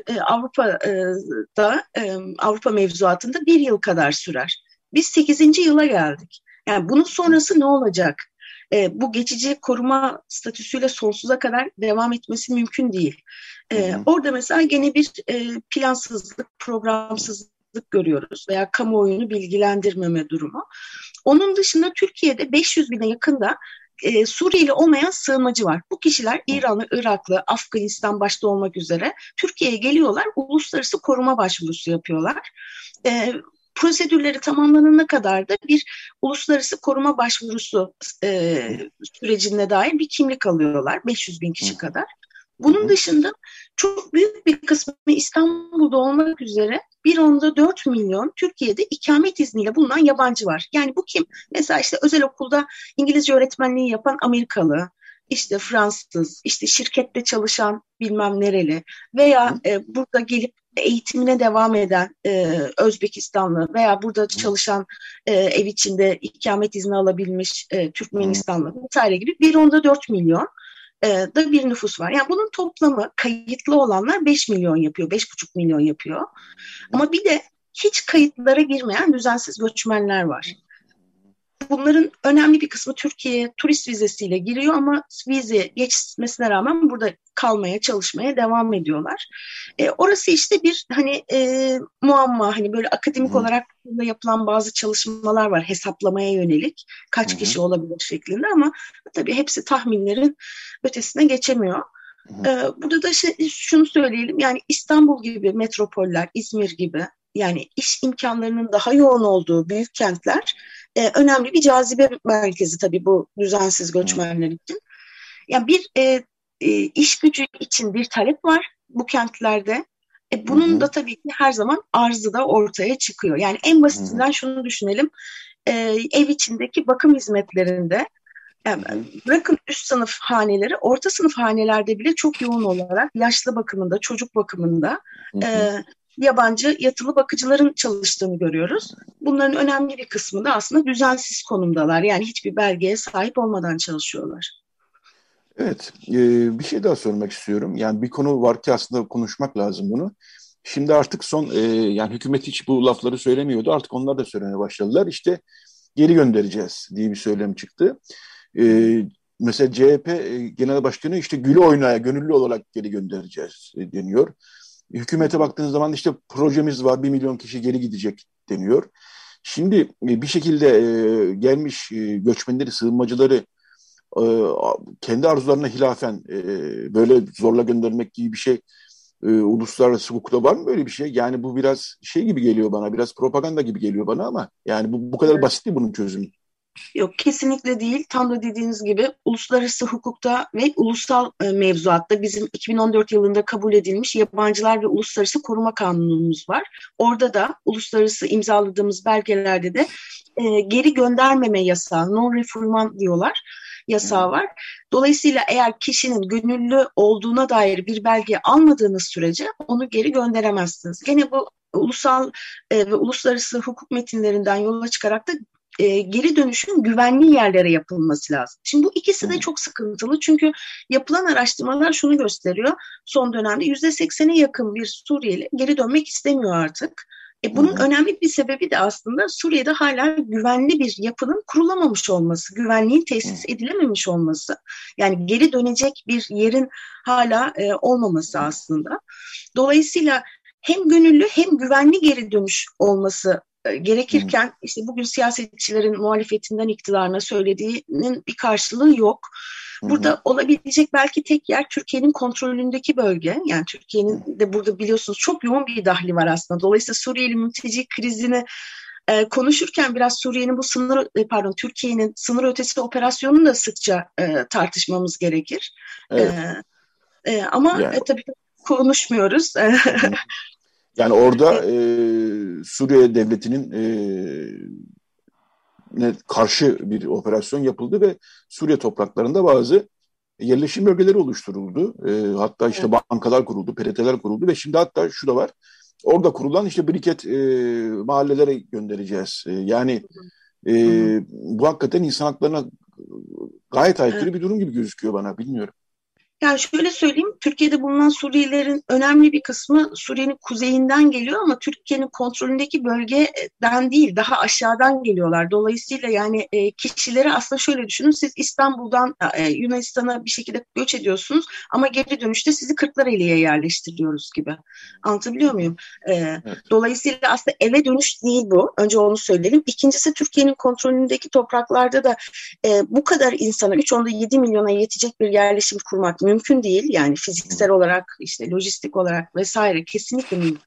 Avrupa mevzuatında 1 yıl kadar sürer. Biz 8. yıla geldik. Yani bunun sonrası ne olacak? Bu geçici koruma statüsüyle sonsuza kadar devam etmesi mümkün değil. Orada mesela gene bir plansızlık, programsızlık görüyoruz veya kamuoyunu bilgilendirmeme durumu. Onun dışında Türkiye'de 500 bine yakında Suriyeli olmayan sığınmacı var. Bu kişiler İranlı, Iraklı, Afganistan başta olmak üzere Türkiye'ye geliyorlar, uluslararası koruma başvurusu yapıyorlar. Prosedürleri tamamlanana kadar da bir uluslararası koruma başvurusu sürecine dair bir kimlik alıyorlar, 500 bin kişi kadar. Bunun dışında çok büyük bir kısmı İstanbul'da olmak üzere 1.4 milyon Türkiye'de ikamet izniyle bulunan yabancı var. Yani bu kim? Mesela işte özel okulda İngilizce öğretmenliği yapan Amerikalı, işte Fransız, işte şirkette çalışan bilmem nereli veya burada gelip eğitimine devam eden Özbekistanlı veya burada çalışan ev içinde ikamet izni alabilmiş Türkmenistanlı vesaire gibi 1.4 milyon da bir nüfus var. Yani bunun toplamı kayıtlı olanlar 5 milyon yapıyor, 5,5 milyon yapıyor. Ama bir de hiç kayıtlara girmeyen düzensiz göçmenler var. Bunların önemli bir kısmı Türkiye'ye turist vizesiyle giriyor ama vize geçmesine rağmen burada kalmaya, çalışmaya devam ediyorlar. Orası işte bir muamma, hani böyle akademik olarak da yapılan bazı çalışmalar var hesaplamaya yönelik kaç kişi olabilir şeklinde ama tabii hepsi tahminlerin ötesine geçemiyor. Burada da şunu söyleyelim, yani İstanbul gibi metropoller, İzmir gibi yani iş imkanlarının daha yoğun olduğu büyük kentler önemli bir cazibe merkezi tabii bu düzensiz göçmenler için. Yani bir iş gücü için bir talep var bu kentlerde. Bunun da tabii ki her zaman arzı da ortaya çıkıyor. Yani en basitinden şunu düşünelim. Ev içindeki bakım hizmetlerinde bırakın üst sınıf haneleri, orta sınıf hanelerde bile çok yoğun olarak yaşlı bakımında, çocuk bakımında yabancı yatılı bakıcıların çalıştığını görüyoruz. Bunların önemli bir kısmı da aslında düzensiz konumdalar. Yani hiçbir belgeye sahip olmadan çalışıyorlar. Evet, bir şey daha sormak istiyorum. Yani bir konu var ki aslında konuşmak lazım bunu. Şimdi artık yani hükümet hiç bu lafları söylemiyordu. Artık onlar da söylemeye başladılar. İşte geri göndereceğiz diye bir söylem çıktı. Mesela CHP Genel Başkanı işte gülü oynaya gönüllü olarak geri göndereceğiz deniyor. Hükümete baktığınız zaman işte projemiz var, 1 milyon kişi geri gidecek deniyor. Şimdi bir şekilde gelmiş göçmenleri, sığınmacıları kendi arzularına hilafen böyle zorla göndermek gibi bir şey uluslararası hukukta var mı böyle bir şey? Yani bu biraz şey gibi geliyor bana, biraz propaganda gibi geliyor bana ama yani bu kadar basit değil bunun çözümü. Yok, kesinlikle değil. Tam da dediğiniz gibi uluslararası hukukta ve ulusal mevzuatta bizim 2014 yılında kabul edilmiş Yabancılar ve Uluslararası Koruma Kanunumuz var. Orada da uluslararası imzaladığımız belgelerde de geri göndermeme yasağı, non-refoulement diyorlar, yasağı var. Dolayısıyla eğer kişinin gönüllü olduğuna dair bir belge almadığınız sürece onu geri gönderemezsiniz. Gene bu ulusal ve uluslararası hukuk metinlerinden yola çıkarak da geri dönüşün güvenli yerlere yapılması lazım. Şimdi bu ikisi de çok sıkıntılı çünkü yapılan araştırmalar şunu gösteriyor. Son dönemde %80'e yakın bir Suriyeli geri dönmek istemiyor artık. Bunun önemli bir sebebi de aslında Suriye'de hala güvenli bir yapının kurulamamış olması, güvenliğin tesis edilememiş olması. Yani geri dönecek bir yerin hala olmaması aslında. Dolayısıyla hem gönüllü hem güvenli geri dönüş olması gerekirken işte bugün siyasetçilerin muhalefetinden iktidarına söylediğinin bir karşılığı yok. Burada olabilecek belki tek yer Türkiye'nin kontrolündeki bölge. Yani Türkiye'nin de burada biliyorsunuz çok yoğun bir dahli var aslında. Dolayısıyla Suriyeli mülteci krizini konuşurken biraz Suriye'nin Türkiye'nin sınır ötesi operasyonunu da sıkça tartışmamız gerekir. Evet. Ama tabii konuşmuyoruz. Yani orada Suriye devletinin karşı bir operasyon yapıldı ve Suriye topraklarında bazı yerleşim bölgeleri oluşturuldu. Hatta işte bankalar kuruldu, PRT'ler kuruldu ve şimdi hatta şu da var. Orada kurulan işte biriket mahallelere göndereceğiz. Yani bu hakikaten insan haklarına gayet aykırı bir durum gibi gözüküyor bana, bilmiyorum. Yani şöyle söyleyeyim, Türkiye'de bulunan Suriyelilerin önemli bir kısmı Suriye'nin kuzeyinden geliyor ama Türkiye'nin kontrolündeki bölgeden değil, daha aşağıdan geliyorlar. Dolayısıyla yani kişileri aslında şöyle düşünün, siz İstanbul'dan Yunanistan'a bir şekilde göç ediyorsunuz ama geri dönüşte sizi Kırklareli'ye yerleştiriyoruz gibi. Anlatabiliyor muyum? Evet. Dolayısıyla aslında eve dönüş değil bu. Önce onu söyleyelim. İkincisi Türkiye'nin kontrolündeki topraklarda da bu kadar insana 3.7 milyona yetecek bir yerleşim kurmak mümkün değil. Yani fiziksel olarak, işte lojistik olarak vesaire kesinlikle mümkün değil.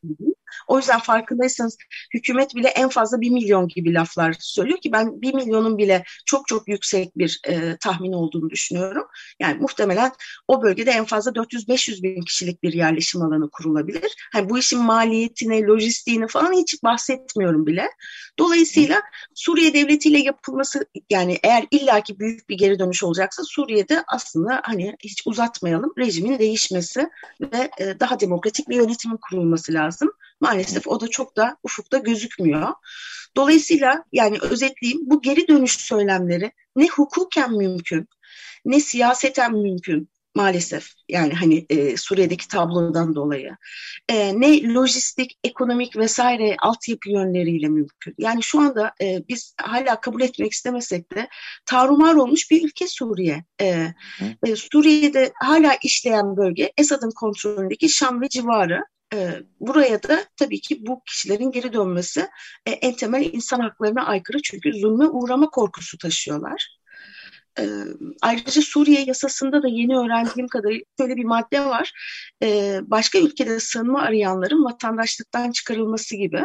O yüzden farkındaysanız hükümet bile en fazla 1 milyon gibi laflar söylüyor ki ben 1 milyonun bile çok çok yüksek bir tahmin olduğunu düşünüyorum. Yani muhtemelen o bölgede en fazla 400-500 bin kişilik bir yerleşim alanı kurulabilir. Yani bu işin maliyetini, lojistiğini falan hiç bahsetmiyorum bile. Dolayısıyla Suriye devletiyle yapılması, yani eğer illaki büyük bir geri dönüş olacaksa Suriye'de aslında hani hiç uzatmayalım, rejimin değişmesi ve daha demokratik bir yönetimin kurulması lazım. Maalesef o da çok da ufukta gözükmüyor. Dolayısıyla yani özetleyeyim, bu geri dönüş söylemleri ne hukuken mümkün ne siyaseten mümkün maalesef. Yani hani Suriye'deki tablodan dolayı. Ne lojistik, ekonomik vesaire altyapı yönleriyle mümkün. Yani şu anda biz hala kabul etmek istemesek de tarumar olmuş bir ülke Suriye. Suriye'de hala işleyen bölge Esad'ın kontrolündeki Şam ve civarı. Buraya da tabii ki bu kişilerin geri dönmesi en temel insan haklarına aykırı, çünkü zulme uğrama korkusu taşıyorlar. Ayrıca Suriye yasasında da yeni öğrendiğim kadarıyla şöyle bir madde var. Başka ülkede sığınma arayanların vatandaşlıktan çıkarılması gibi.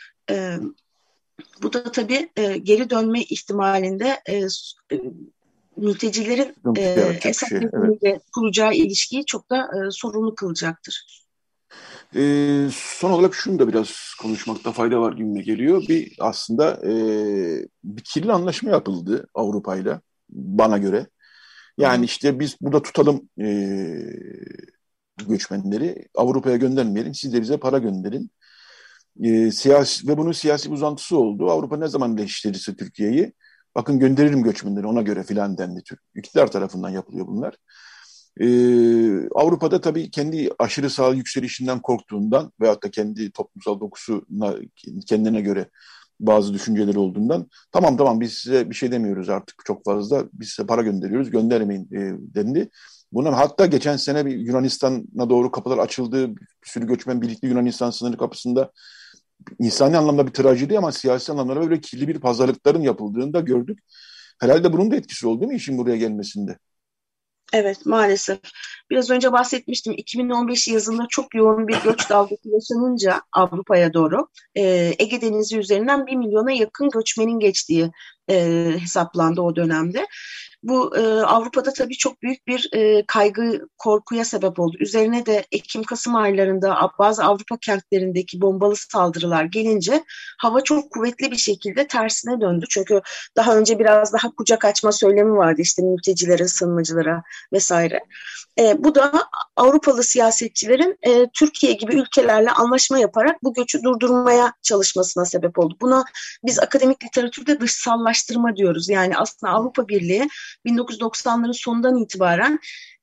Bu da tabii geri dönme ihtimalinde mültecilerin Esad rejimiyle kuracağı ilişkiyi çok da sorunlu kılacaktır. Son olarak şunu da biraz konuşmakta fayda var gibi geliyor. Bir aslında bir kirli anlaşma yapıldı Avrupa'yla bana göre. Yani işte biz burada tutalım göçmenleri, Avrupa'ya göndermeyelim, siz de bize para gönderin. Siyasi ve bunun siyasi bir uzantısı oldu. Avrupa ne zaman eleştirirse Türkiye'yi, bakın gönderirim göçmenleri ona göre filan dendi. İktidar tarafından yapılıyor bunlar. Avrupa'da tabii kendi aşırı sağ yükselişinden korktuğundan veyahut da kendi toplumsal dokusuna kendine göre bazı düşünceleri olduğundan tamam biz size bir şey demiyoruz artık çok fazla, biz size para gönderiyoruz, göndermeyin dendi. Buna hatta geçen sene bir Yunanistan'a doğru kapılar açıldı. Bir sürü göçmen birlikte Yunanistan sınırı kapısında. İnsani anlamda bir trajedi ama siyasi anlamda böyle kirli bir pazarlıkların yapıldığını da gördük. Herhalde bunun da etkisi oldu değil mi işin buraya gelmesinde? Evet, maalesef. Biraz önce bahsetmiştim. 2015 yazında çok yoğun bir göç dalgası yaşanınca Avrupa'ya doğru Ege Denizi üzerinden 1 milyona yakın göçmenin geçtiği hesaplandı o dönemde. Bu Avrupa'da tabii çok büyük bir kaygı, korkuya sebep oldu. Üzerine de Ekim-Kasım aylarında bazı Avrupa kentlerindeki bombalı saldırılar gelince hava çok kuvvetli bir şekilde tersine döndü. Çünkü daha önce biraz daha kucak açma söylemi vardı işte mültecilere, sığınmacılara vesaire. Bu da Avrupalı siyasetçilerin Türkiye gibi ülkelerle anlaşma yaparak bu göçü durdurmaya çalışmasına sebep oldu. Buna biz akademik literatürde dışsallaştırma diyoruz. Yani aslında Avrupa Birliği 1990'ların sonundan itibaren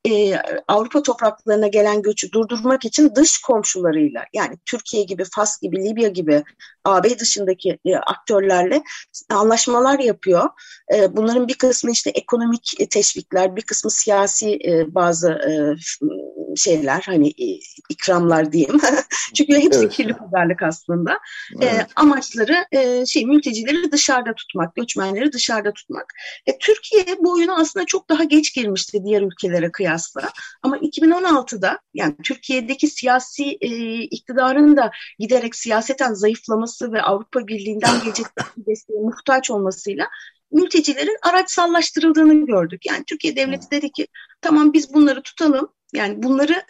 Avrupa topraklarına gelen göçü durdurmak için dış komşularıyla, yani Türkiye gibi, Fas gibi, Libya gibi AB dışındaki aktörlerle anlaşmalar yapıyor. Bunların bir kısmı işte ekonomik teşvikler, bir kısmı siyasi bazı şeyler, hani ikramlar diyeyim. Çünkü hepsi kirli pazarlık aslında. Evet. Amaçları mültecileri dışarıda tutmak, göçmenleri dışarıda tutmak. Türkiye bu oyuna aslında çok daha geç girmişti diğer ülkelere kıyasla. Ama 2016'da yani Türkiye'deki siyasi iktidarın da giderek siyaseten zayıflaması ve Avrupa Birliği'nden gelecek desteğe muhtaç olmasıyla mültecilerin araçsallaştırıldığını gördük. Yani Türkiye devleti dedi ki tamam biz bunları tutalım. Yani bunları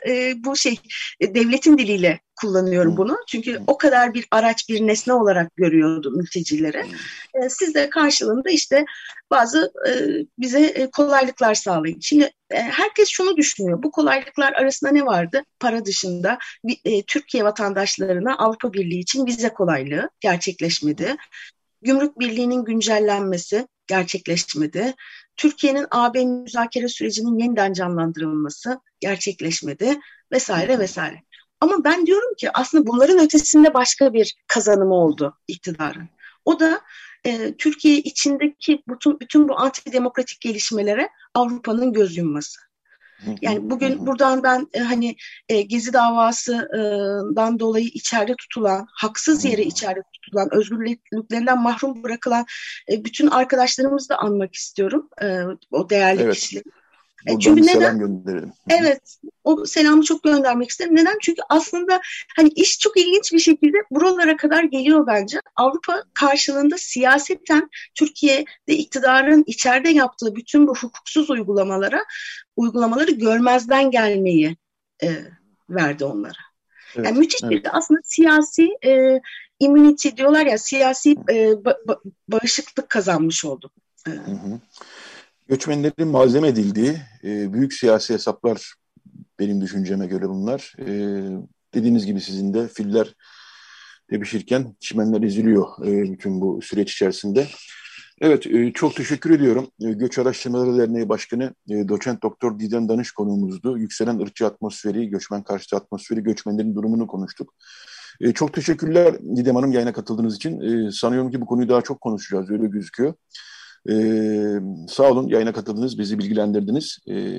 devletin diliyle kullanıyorum bunu. Çünkü o kadar bir araç, bir nesne olarak görüyordu mültecileri. Siz de karşılığında işte bazı bize kolaylıklar sağlayın. Şimdi herkes şunu düşünüyor. Bu kolaylıklar arasında ne vardı? Para dışında Türkiye vatandaşlarına Avrupa Birliği için vize kolaylığı gerçekleşmedi. Gümrük Birliği'nin güncellenmesi gerçekleşmedi. Türkiye'nin AB müzakere sürecinin yeniden canlandırılması gerçekleşmedi vesaire vesaire. Ama ben diyorum ki aslında bunların ötesinde başka bir kazanımı oldu iktidarın. O da Türkiye içindeki bütün bu antidemokratik gelişmelere Avrupa'nın göz yumması. Yani bugün buradan ben Gezi davasından dolayı içeride tutulan, haksız yere içeride tutulan, özgürlüklerinden mahrum bırakılan bütün arkadaşlarımızı da anmak istiyorum. O değerli kişileri. Buradan Çünkü bir neden? selam gönderelim. Evet, o selamı çok göndermek isterim. Neden? Çünkü aslında hani iş çok ilginç bir şekilde buralara kadar geliyor bence. Avrupa karşılığında siyaseten Türkiye'de iktidarın içeride yaptığı bütün bu hukuksuz uygulamaları görmezden gelmeyi verdi onlara. Evet, Yani müthiş evet. bir aslında siyasi immunity diyorlar ya, siyasi bağışıklık kazanmış oldu. Hı hı. Göçmenlerin malzeme edildiği büyük siyasi hesaplar benim düşünceme göre bunlar. Dediğiniz gibi sizin de filler tepişirken çimenler eziliyor bütün bu süreç içerisinde. Evet, çok teşekkür ediyorum. Göç Araştırmaları Derneği Başkanı Doçent Doktor Didem Danış konuğumuzdu. Yükselen ırkçı atmosferi, göçmen karşıtı atmosferi, göçmenlerin durumunu konuştuk. Çok teşekkürler Didem Hanım yayına katıldığınız için. Sanıyorum ki bu konuyu daha çok konuşacağız, öyle gözüküyor. Sağ olun, yayına katıldınız, bizi bilgilendirdiniz.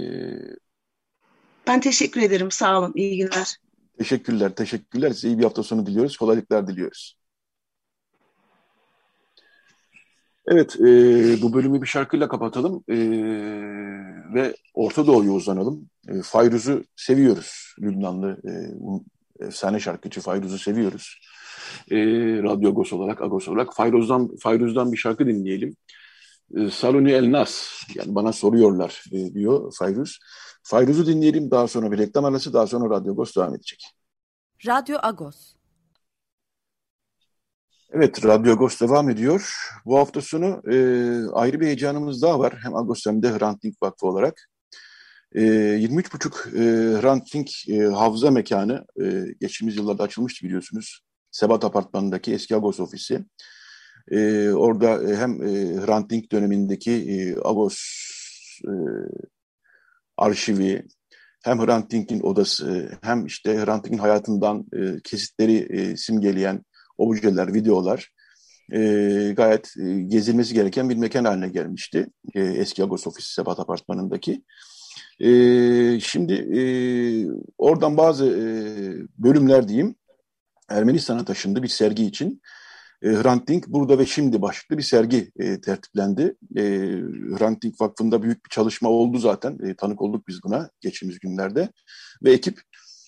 Ben teşekkür ederim, sağ olun, iyi günler. Teşekkürler. Size iyi bir hafta sonu diliyoruz, kolaylıklar diliyoruz. Evet, bu bölümü bir şarkıyla kapatalım ve Orta Doğu'ya uzanalım. Fayruz'u seviyoruz, Lübnanlı efsane şarkıcı Fayruz'u seviyoruz. Radyo Agos olarak Fayruz'dan bir şarkı dinleyelim. Saloni El Nas, yani bana soruyorlar diyor Fayruz. Fayruz'u dinleyelim, daha sonra bir reklam arası, daha sonra Radyo Agos devam edecek. Radyo Agos. Evet, Radyo Agos devam ediyor. Bu hafta sonu ayrı bir heyecanımız daha var. Hem Agos hem de Hrant Dink Vakfı olarak. 23,5 Hrant Dink hafıza mekanı geçtiğimiz yıllarda açılmıştı biliyorsunuz. Sebat Apartmanı'ndaki eski Agos ofisi. Orada hem Hrant Dink dönemindeki Agos arşivi, hem Hrant Dink'in odası, hem işte Hrant Dink'in hayatından kesitleri simgeleyen objeler, videolar gayet gezilmesi gereken bir mekan haline gelmişti. Eski Agos ofisi Sebat Apartmanı'ndaki. Şimdi oradan bazı bölümler diyeyim Ermenistan'a taşındı bir sergi için. Hrant Dink Burada ve Şimdi başlıklı bir sergi tertiplendi. Hrant Dink Vakfı'nda büyük bir çalışma oldu zaten. Tanık olduk biz buna geçtiğimiz günlerde. Ve ekip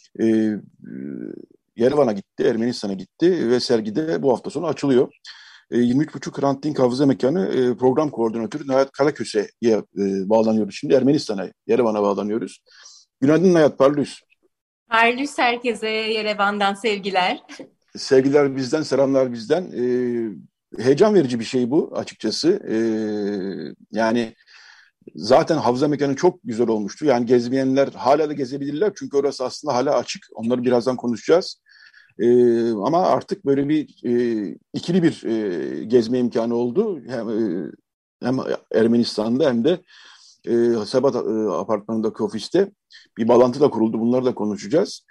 Yerevan'a gitti, Ermenistan'a gitti ve sergide bu hafta sonu açılıyor. 23,5 Hrant Dink Hafıza Mekanı program koordinatörü Hayat Karaköse'ye bağlanıyoruz. Şimdi Ermenistan'a, Yerevan'a bağlanıyoruz. Günaydın Hayat, parlıyız. Parlıyız herkese, Yerevan'dan sevgiler. Sevgiler bizden, selamlar bizden. Heyecan verici bir şey bu açıkçası. Yani zaten hafıza mekanı çok güzel olmuştu. Yani gezmeyenler hala da gezebilirler. Çünkü orası aslında hala açık. Onları birazdan konuşacağız. Ama artık böyle bir ikili bir gezme imkanı oldu. Hem Ermenistan'da hem de Sebat Apartmanı'ndaki ofiste bir bağlantı da kuruldu. Bunları da konuşacağız.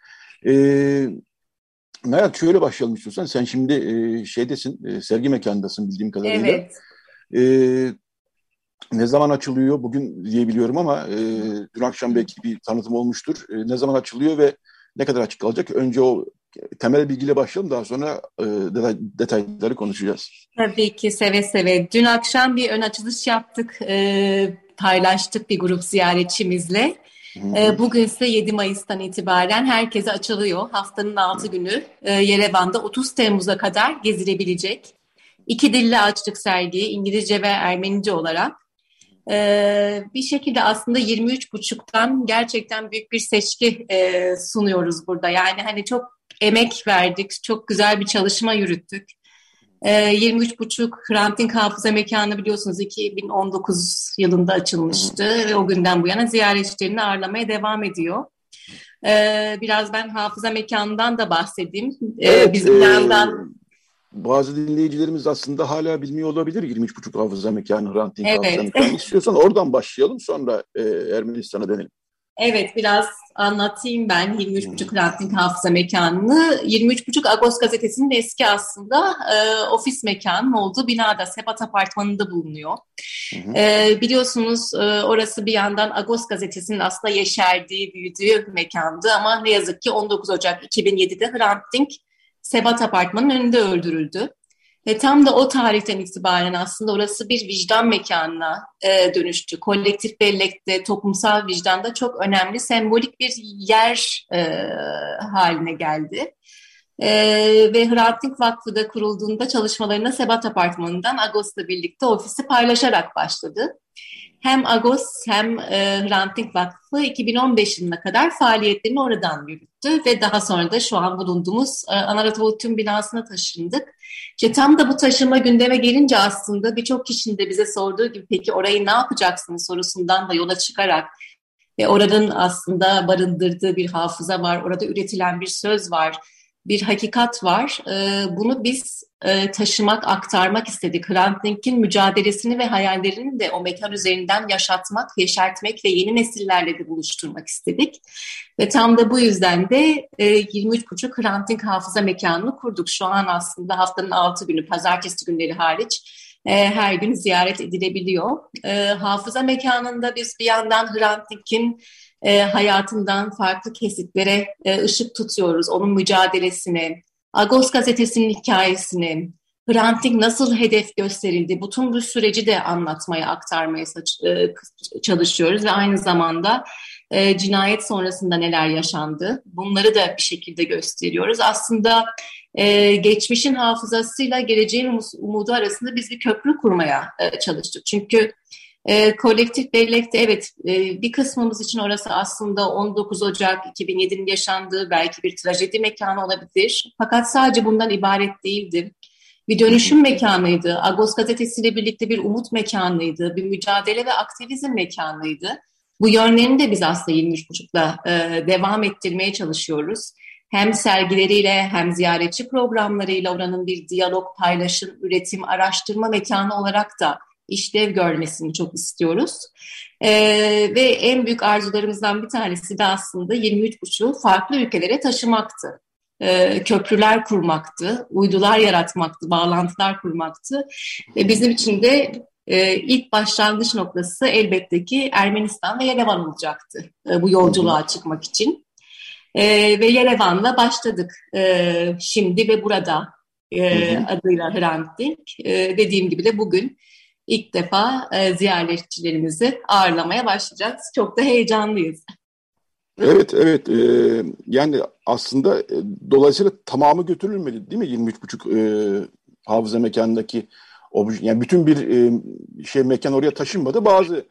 Meral, şöyle başlayalım istiyorsan. Sen şimdi şeydesin, sergi mekanındasın bildiğim kadarıyla. Evet. Ne zaman açılıyor? Bugün diyebiliyorum ama dün akşam belki bir tanıtım olmuştur. Ne zaman açılıyor ve ne kadar açık kalacak? Önce o temel bilgiyle başlayalım, daha sonra detayları konuşacağız. Tabii ki, seve seve. Dün akşam bir ön açılış yaptık, paylaştık bir grup ziyaretçimizle. Bugün ise 7 Mayıs'tan itibaren herkese açılıyor. Haftanın 6 günü Yerevan'da 30 Temmuz'a kadar gezilebilecek. 2 dille açtık sergiyi, İngilizce ve Ermenice olarak. Bir şekilde aslında 23,5'tan gerçekten büyük bir seçki sunuyoruz burada. Yani hani çok emek verdik, çok güzel bir çalışma yürüttük. 23,5 Hrant Dink Hafıza Mekanı biliyorsunuz 2019 yılında açılmıştı ve o günden bu yana ziyaretçilerini ağırlamaya devam ediyor. Biraz ben hafıza mekanından da bahsedeyim. Evet, Bizim yandan... Bazı dinleyicilerimiz aslında hala bilmiyor olabilir 23,5 hafıza mekanı, Hrant Dink Evet. Hafıza Mekanı. İstiyorsan oradan başlayalım, sonra Ermenistan'a dönelim. Evet, biraz anlatayım ben 23,5 Hrant Dink Hafıza Mekanı'nı. 23,5 Agos gazetesinin eski aslında ofis mekanının olduğu binada, Sebat Apartmanı'nda bulunuyor. Biliyorsunuz orası bir yandan Agos gazetesinin aslında yeşerdiği, büyüdüğü mekandı ama ne yazık ki 19 Ocak 2007'de Hrant Dink Sebat Apartmanı'nın önünde öldürüldü. Ve tam da o tarihten itibaren aslında orası bir vicdan mekanına dönüştü. Kolektif bellekte, toplumsal vicdanda çok önemli, sembolik bir yer haline geldi. Ve Hrant Dink Vakfı da kurulduğunda çalışmalarına Sebat Apartmanı'ndan Agos'la birlikte ofisi paylaşarak başladı. Hem Agos hem Hrant Dink Vakfı 2015 yılına kadar faaliyetlerini oradan yürüttü ve daha sonra da şu an bulunduğumuz Anadolu Tüm binasına taşındık. İşte tam da bu taşınma gündeme gelince aslında birçok kişinin de bize sorduğu gibi peki orayı ne yapacaksınız sorusundan da yola çıkarak ve oranın aslında barındırdığı bir hafıza var, orada üretilen bir söz var, bir hakikat var. Bunu biz taşımak, aktarmak istedik. Hrant Dink'in mücadelesini ve hayallerini de o mekan üzerinden yaşatmak, yeşertmek ve yeni nesillerle de buluşturmak istedik. Ve tam da bu yüzden de 23,5 Hrant Dink Hafıza Mekanı'nı kurduk. Şu an aslında haftanın 6 günü, pazartesi günleri hariç her gün ziyaret edilebiliyor. Hafıza Mekanı'nda biz bir yandan Hrant Dink'in hayatından farklı kesitlere ışık tutuyoruz. Onun mücadelesini, Agos gazetesinin hikayesini, Hrant Dink nasıl hedef gösterildi, bütün bu süreci de anlatmaya, aktarmaya çalışıyoruz. Ve aynı zamanda cinayet sonrasında neler yaşandı, bunları da bir şekilde gösteriyoruz. Aslında geçmişin hafızasıyla geleceğin umudu arasında biz bir köprü kurmaya çalıştık. Çünkü kolektif bellekte evet bir kısmımız için orası aslında 19 Ocak 2007'nin yaşandığı belki bir trajedi mekanı olabilir. Fakat sadece bundan ibaret değildi. Bir dönüşüm mekanıydı. Agos gazetesiyle birlikte bir umut mekanıydı. Bir mücadele ve aktivizm mekanıydı. Bu yönlerini de biz aslında 23,5'la devam ettirmeye çalışıyoruz. Hem sergileriyle hem ziyaretçi programlarıyla oranın bir diyalog, paylaşım, üretim, araştırma mekanı olarak da işlev görmesini çok istiyoruz. Ve en büyük arzularımızdan bir tanesi de aslında 23,5'u farklı ülkelere taşımaktı. Köprüler kurmaktı, uydular yaratmaktı, bağlantılar kurmaktı. Ve bizim için de ilk başlangıç noktası elbette ki Ermenistan ve Yerevan olacaktı bu yolculuğa çıkmak için. Ve Yerevan'la başladık. Şimdi ve burada adıyla Hrant Dink. Dediğim gibi de bugün İlk defa ziyaretçilerimizi ağırlamaya başlayacağız. Çok da heyecanlıyız. Evet. Yani aslında dolayısıyla tamamı götürülmedi değil mi? 23,5 hafıza mekanındaki yani bütün bir mekan oraya taşınmadı. Bazı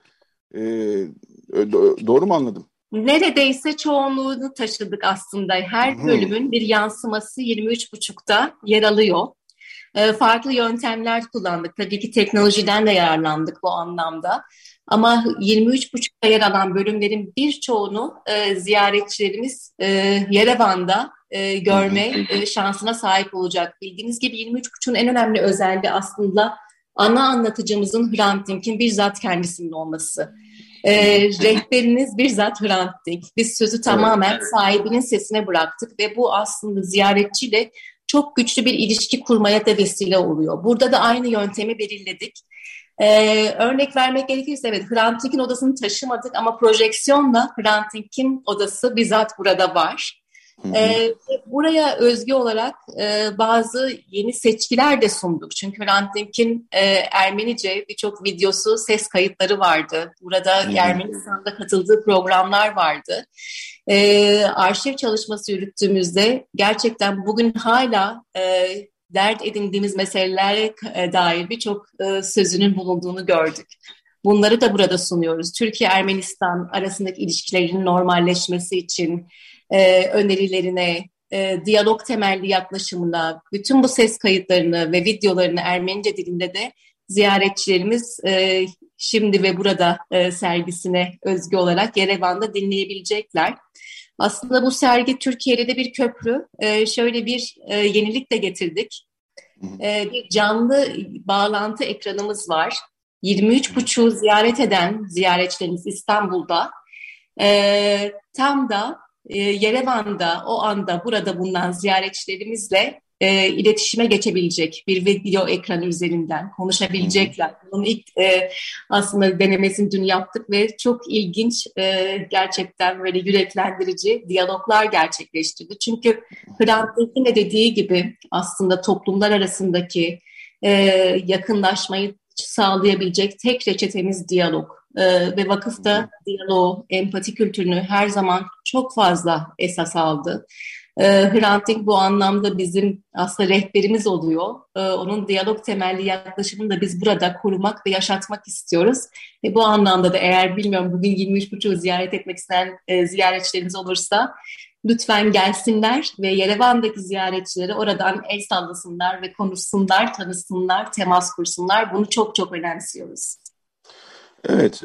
doğru mu anladım? Neredeyse çoğunluğunu taşıdık aslında. Her bölümün bir yansıması 23,5'ta yer alıyor. Farklı yöntemler kullandık. Tabii ki teknolojiden de yararlandık bu anlamda. Ama 23,5'ta yer alan bölümlerin birçoğunu ziyaretçilerimiz Yerevan'da görme şansına sahip olacak. Bildiğiniz gibi 23,5'un en önemli özelliği aslında ana anlatıcımızın Hrant Dink'in bizzat kendisinin olması. Rehberiniz bizzat Hrant Dink. Biz sözü tamamen sahibinin sesine bıraktık ve bu aslında ziyaretçiyle çok güçlü bir ilişki kurmaya da vesile oluyor. Burada da aynı yöntemi belirledik. Örnek vermek gerekirse evet Hrant Dink'in odasını taşımadık ama projeksiyonla Hrant Dink'in odası bizzat burada var. Buraya özgü olarak bazı yeni seçkiler de sunduk. Çünkü Hrant Dink'in Ermenice birçok videosu, ses kayıtları vardı. Burada Ermenistan'da katıldığı programlar vardı. Arşiv çalışması yürüttüğümüzde gerçekten bugün hala dert edindiğimiz meselelere dair birçok sözünün bulunduğunu gördük. Bunları da burada sunuyoruz. Türkiye-Ermenistan arasındaki ilişkilerin normalleşmesi için önerilerine, diyalog temelli yaklaşımına, bütün bu ses kayıtlarını ve videolarını Ermenice dilinde de ziyaretçilerimiz şimdi ve burada sergisine özgü olarak Yerevan'da dinleyebilecekler. Aslında bu sergi Türkiye'de de bir köprü. Şöyle bir yenilik de getirdik. Bir canlı bağlantı ekranımız var. 23,5'u ziyaret eden ziyaretçilerimiz İstanbul'da tam da Yerevan'da o anda burada bulunan ziyaretçilerimizle iletişime geçebilecek bir video ekranı üzerinden konuşabilecekler. Bunun ilk aslında denemesini dün yaptık ve çok ilginç, gerçekten böyle yüreklendirici diyaloglar gerçekleştirdi. Çünkü Hrant Dink'in de dediği gibi aslında toplumlar arasındaki yakınlaşmayı sağlayabilecek tek reçetemiz diyalog. Ve vakıf da diyaloğu, empati kültürünü her zaman çok fazla esas aldı. Hrant Dink bu anlamda bizim aslında rehberimiz oluyor. Onun diyalog temelli yaklaşımını da biz burada korumak ve yaşatmak istiyoruz. Ve bu anlamda da eğer bilmiyorum bugün 23.30'u ziyaret etmek isteyen ziyaretçilerimiz olursa lütfen gelsinler ve Yerevan'daki ziyaretçileri oradan el sallasınlar ve konuşsunlar, tanışsınlar, temas kursunlar. Bunu çok çok önemsiyoruz. Evet,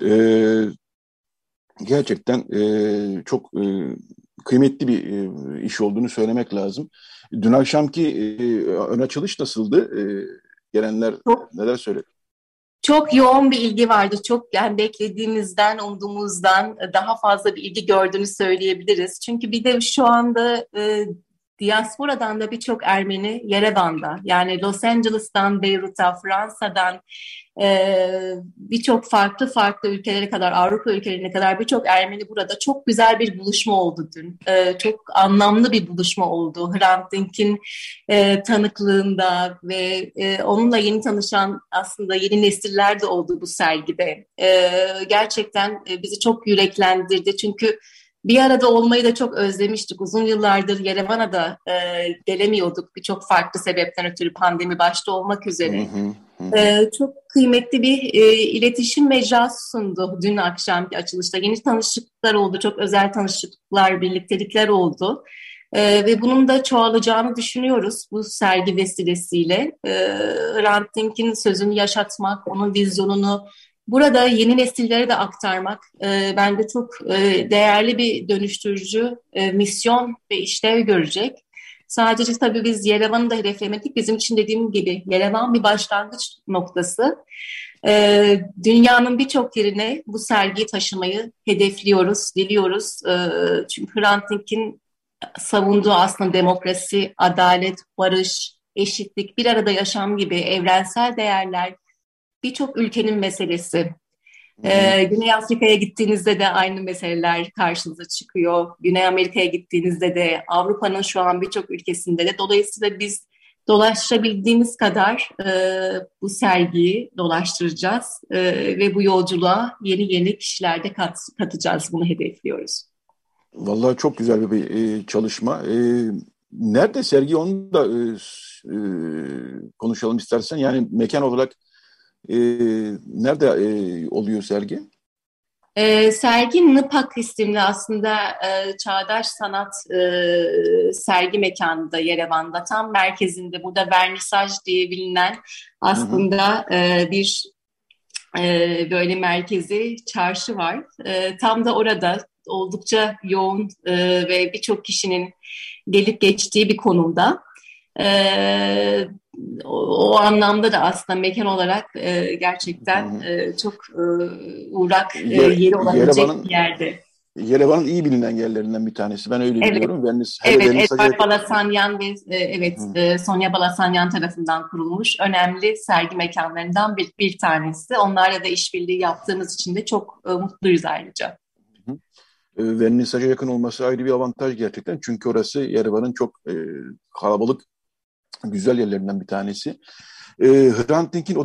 gerçekten çok kıymetli bir iş olduğunu söylemek lazım. Dün akşamki ön açılış nasıldı? Gelenler neler söyledi? Çok yoğun bir ilgi vardı. Çok yani beklediğimizden, umduğumuzdan daha fazla bir ilgi gördüğünü söyleyebiliriz. Çünkü bir de şu anda diasporadan da birçok Ermeni Yerevan'da. Yani Los Angeles'tan, Beyrut'a, Fransa'dan birçok farklı ülkelere kadar, Avrupa ülkelerine kadar birçok Ermeni burada. Çok güzel bir buluşma oldu dün. Çok anlamlı bir buluşma oldu. Hrant Dink'in tanıklığında ve onunla yeni tanışan aslında yeni nesiller de oldu bu sergide. Gerçekten bizi çok yüreklendirdi. Çünkü bir arada olmayı da çok özlemiştik. Uzun yıllardır Yerevan'a da gelemiyorduk. Birçok farklı sebepten ötürü pandemi başta olmak üzere. Çok kıymetli bir iletişim mecrası sundu dün akşamki açılışta. Yeni tanışıklıklar oldu. Çok özel tanışıklıklar, birliktelikler oldu. Ve bunun da çoğalacağını düşünüyoruz bu sergi vesilesiyle. Hrant Dink'in sözünü yaşatmak, onun vizyonunu burada yeni nesillere de aktarmak bence çok değerli bir dönüştürücü misyon ve işlev görecek. Sadece tabii biz Yerevan'ı da hedeflemedik. Bizim için dediğim gibi Yerevan bir başlangıç noktası. Dünyanın birçok yerine bu sergiyi taşımayı hedefliyoruz, diliyoruz. Çünkü Hrant Dink'in savunduğu aslında demokrasi, adalet, barış, eşitlik, bir arada yaşam gibi evrensel değerler birçok ülkenin meselesi. Güney Afrika'ya gittiğinizde de aynı meseleler karşınıza çıkıyor. Güney Amerika'ya gittiğinizde de, Avrupa'nın şu an birçok ülkesinde de. Dolayısıyla biz dolaşabildiğimiz kadar bu sergiyi dolaştıracağız ve bu yolculuğa yeni kişiler de katacağız. Bunu hedefliyoruz. Vallahi çok güzel bir çalışma. Nerede sergi, onu da konuşalım istersen. Yani mekan olarak nerede oluyor sergi? Sergi NIPAK isimli aslında çağdaş sanat sergi mekanında Yerevan'da, tam merkezinde. Burada Vernisaj diye bilinen aslında bir böyle merkezi çarşı var. Tam da orada oldukça yoğun ve birçok kişinin gelip geçtiği bir konumda. O anlamda da aslında mekan olarak gerçekten çok uğrak yeri olabilecek bir yerde. Yerevan'ın iyi bilinen yerlerinden bir tanesi. Ben öyle biliyorum. Edward Balasanyan ve Sonya Balasanyan tarafından kurulmuş önemli sergi mekanlarından bir tanesi. Onlarla da işbirliği yaptığımız için de çok mutluyuz ayrıca. Vernisaja yakın olması ayrı bir avantaj gerçekten. Çünkü orası Yerevan'ın çok kalabalık, güzel yerlerinden bir tanesi. Hrant Dink'in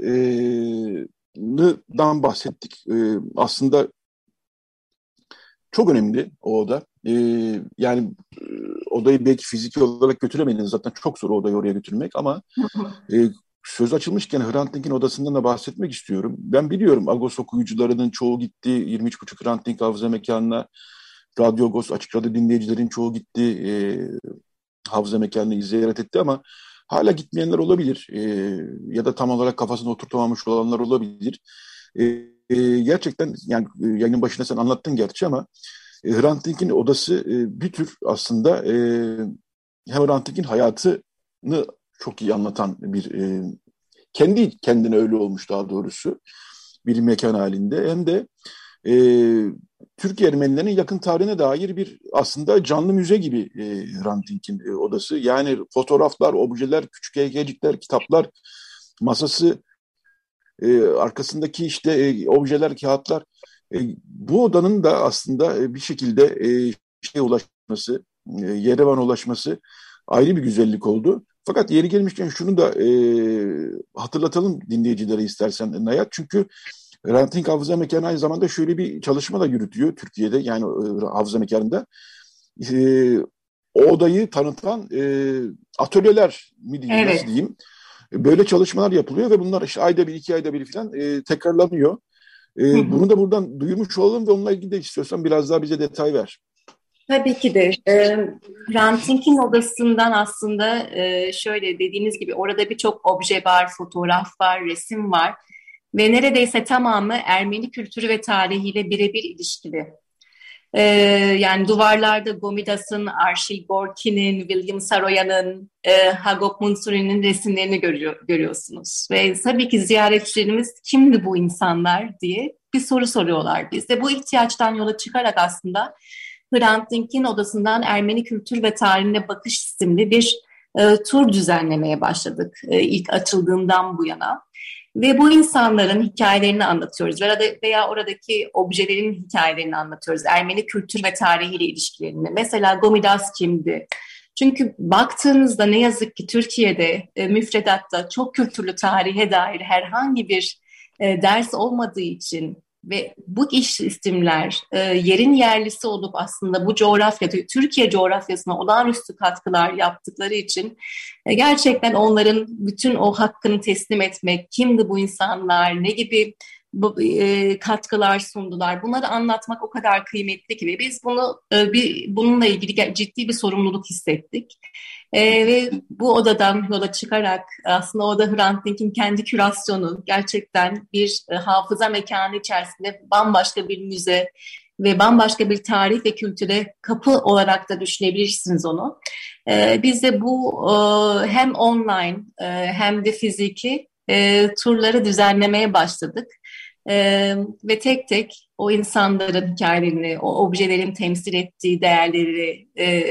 odasından bahsettik. Aslında çok önemli o oda. Yani odayı belki fiziki olarak götüremediniz. Zaten çok zor odayı oraya götürmek ama söz açılmışken Hrant Dink'in odasından da bahsetmek istiyorum. Ben biliyorum Agos okuyucularının çoğu gitti. 23.30 Hrant Dink Hafıza Mekanı'na, Radyo Agos Açık Radyo dinleyicilerin çoğu gitti. Hafıza Mekanı'nı ziyaret etti ama hala gitmeyenler olabilir. Ya da tam olarak kafasına oturtamamış olanlar olabilir. Gerçekten yani yayının başında sen anlattın gerçi ama Hrant Dink'in odası bir tür aslında hem Hrant Dink'in hayatını çok iyi anlatan bir kendi kendine öyle olmuş daha doğrusu bir mekan halinde, hem de Türk Ermenilerinin yakın tarihine dair bir aslında canlı müze gibi Hrant Dink'in odası. Yani fotoğraflar, objeler, küçük heykelcikler, kitaplar, masası, arkasındaki işte objeler, kağıtlar. Bu odanın da aslında bir şekilde ulaşması, Yerevan'a ulaşması ayrı bir güzellik oldu. Fakat yeri gelmişken şunu da hatırlatalım dinleyicilere istersen Nayat. Çünkü Hrant Dink Hafıza Mekanı aynı zamanda şöyle bir çalışma da yürütüyor Türkiye'de. Yani hafıza mekanında. O odayı tanıtan atölyeler mi diyeyim, Evet. nasıl diyeyim? Böyle çalışmalar yapılıyor ve bunlar işte ayda bir, 2 ayda bir falan tekrarlanıyor. Bunu da buradan duyurmuş olalım ve onunla ilgili de istiyorsan biraz daha bize detay ver. Tabii ki de. Hrant Dink'in odasından aslında şöyle dediğiniz gibi orada birçok obje var, fotoğraf var, resim var ve neredeyse tamamı Ermeni kültürü ve tarihiyle birebir ilişkili. Yani duvarlarda Gomidas'ın, Arşil Gorki'nin, William Saroyan'ın, Hagop Munsuri'nin resimlerini görüyorsunuz. Ve tabii ki ziyaretçilerimiz kimdi bu insanlar diye bir soru soruyorlar. Biz de bu ihtiyaçtan yola çıkarak aslında Hrant Dink'in odasından Ermeni kültür ve tarihine bakış isimli bir tur düzenlemeye başladık ilk açıldığından bu yana. Ve bu insanların hikayelerini anlatıyoruz veya oradaki objelerin hikayelerini anlatıyoruz. Ermeni kültür ve tarihiyle ilişkilerini. Mesela Gomidas kimdi? Çünkü baktığınızda ne yazık ki Türkiye'de müfredatta çok kültürlü tarihe dair herhangi bir ders olmadığı için ve bu isimler yerin yerlisi olup aslında bu coğrafyada, Türkiye coğrafyasına olağanüstü katkılar yaptıkları için gerçekten onların bütün o hakkını teslim etmek, kimdi bu insanlar, ne gibi katkılar sundular, bunları anlatmak o kadar kıymetli ki ve biz bununla ilgili ciddi bir sorumluluk hissettik. Ve bu odadan yola çıkarak aslında o da Hrant Dink'in kendi kürasyonu, gerçekten bir hafıza mekanı içerisinde bambaşka bir müze ve bambaşka bir tarih ve kültüre kapı olarak da düşünebilirsiniz onu. Biz de bu hem online hem de fiziki turları düzenlemeye başladık. Ve tek tek o insanların hikayelerini, o objelerin temsil ettiği değerleri,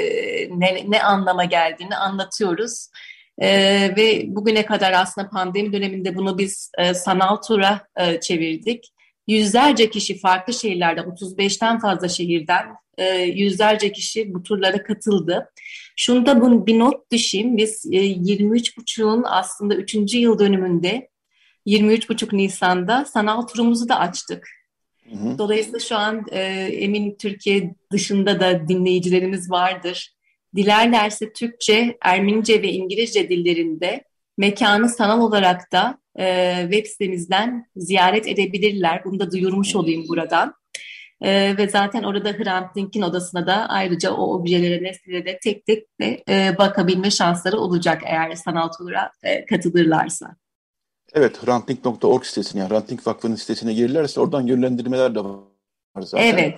ne anlama geldiğini anlatıyoruz. Ve bugüne kadar aslında pandemi döneminde bunu biz sanal tura çevirdik. Yüzlerce kişi farklı şehirlerden, 35'ten fazla şehirden yüzlerce kişi bu turlara katıldı. Şunda bir not düşeyim, biz 23.5'un aslında 3. yıl dönümünde 23.5 Nisan'da sanal turumuzu da açtık. Hı. Dolayısıyla şu an emin Türkiye dışında da dinleyicilerimiz vardır. Dilerlerse Türkçe, Ermenice ve İngilizce dillerinde mekanı sanal olarak da web sitemizden ziyaret edebilirler. Bunu da duyurmuş olayım buradan. Ve zaten orada Hrant Dink'in odasına da ayrıca o objelere, nesnelere de tek tek de bakabilme şansları olacak eğer sanal tura katılırlarsa. Evet, hrantdink.org sitesine, Hrant Dink Vakfı'nın sitesine gelirlerse oradan yönlendirmeler de var zaten. Evet.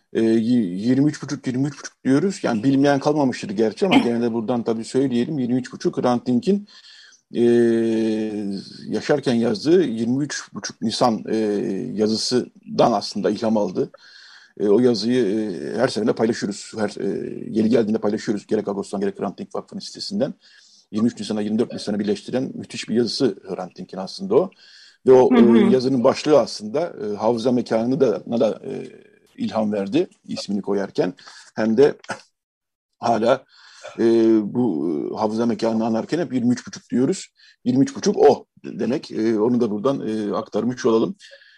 23.5 diyoruz. Yani bilmeyen kalmamıştır gerçi ama gene de buradan tabii söyleyelim. 23.5 Hrant Dink'in yaşarken yazdığı 23.5 Nisan yazısından aslında ilham aldı. O yazıyı her sene paylaşıyoruz. Yeri geldiğinde paylaşıyoruz. Gerek Agos'tan gerek Hrant Dink Vakfı'nın sitesinden. 23 Nisan'a 24 Nisan'ı birleştiren müthiş bir yazısı Hrant Dink'in aslında o. Ve o yazının başlığı aslında hafıza mekanını da ilham verdi ismini koyarken. Hem de hala bu hafıza mekanını anarken hep 23.5 diyoruz. 23.5 o demek. Onu da buradan aktarmış olalım.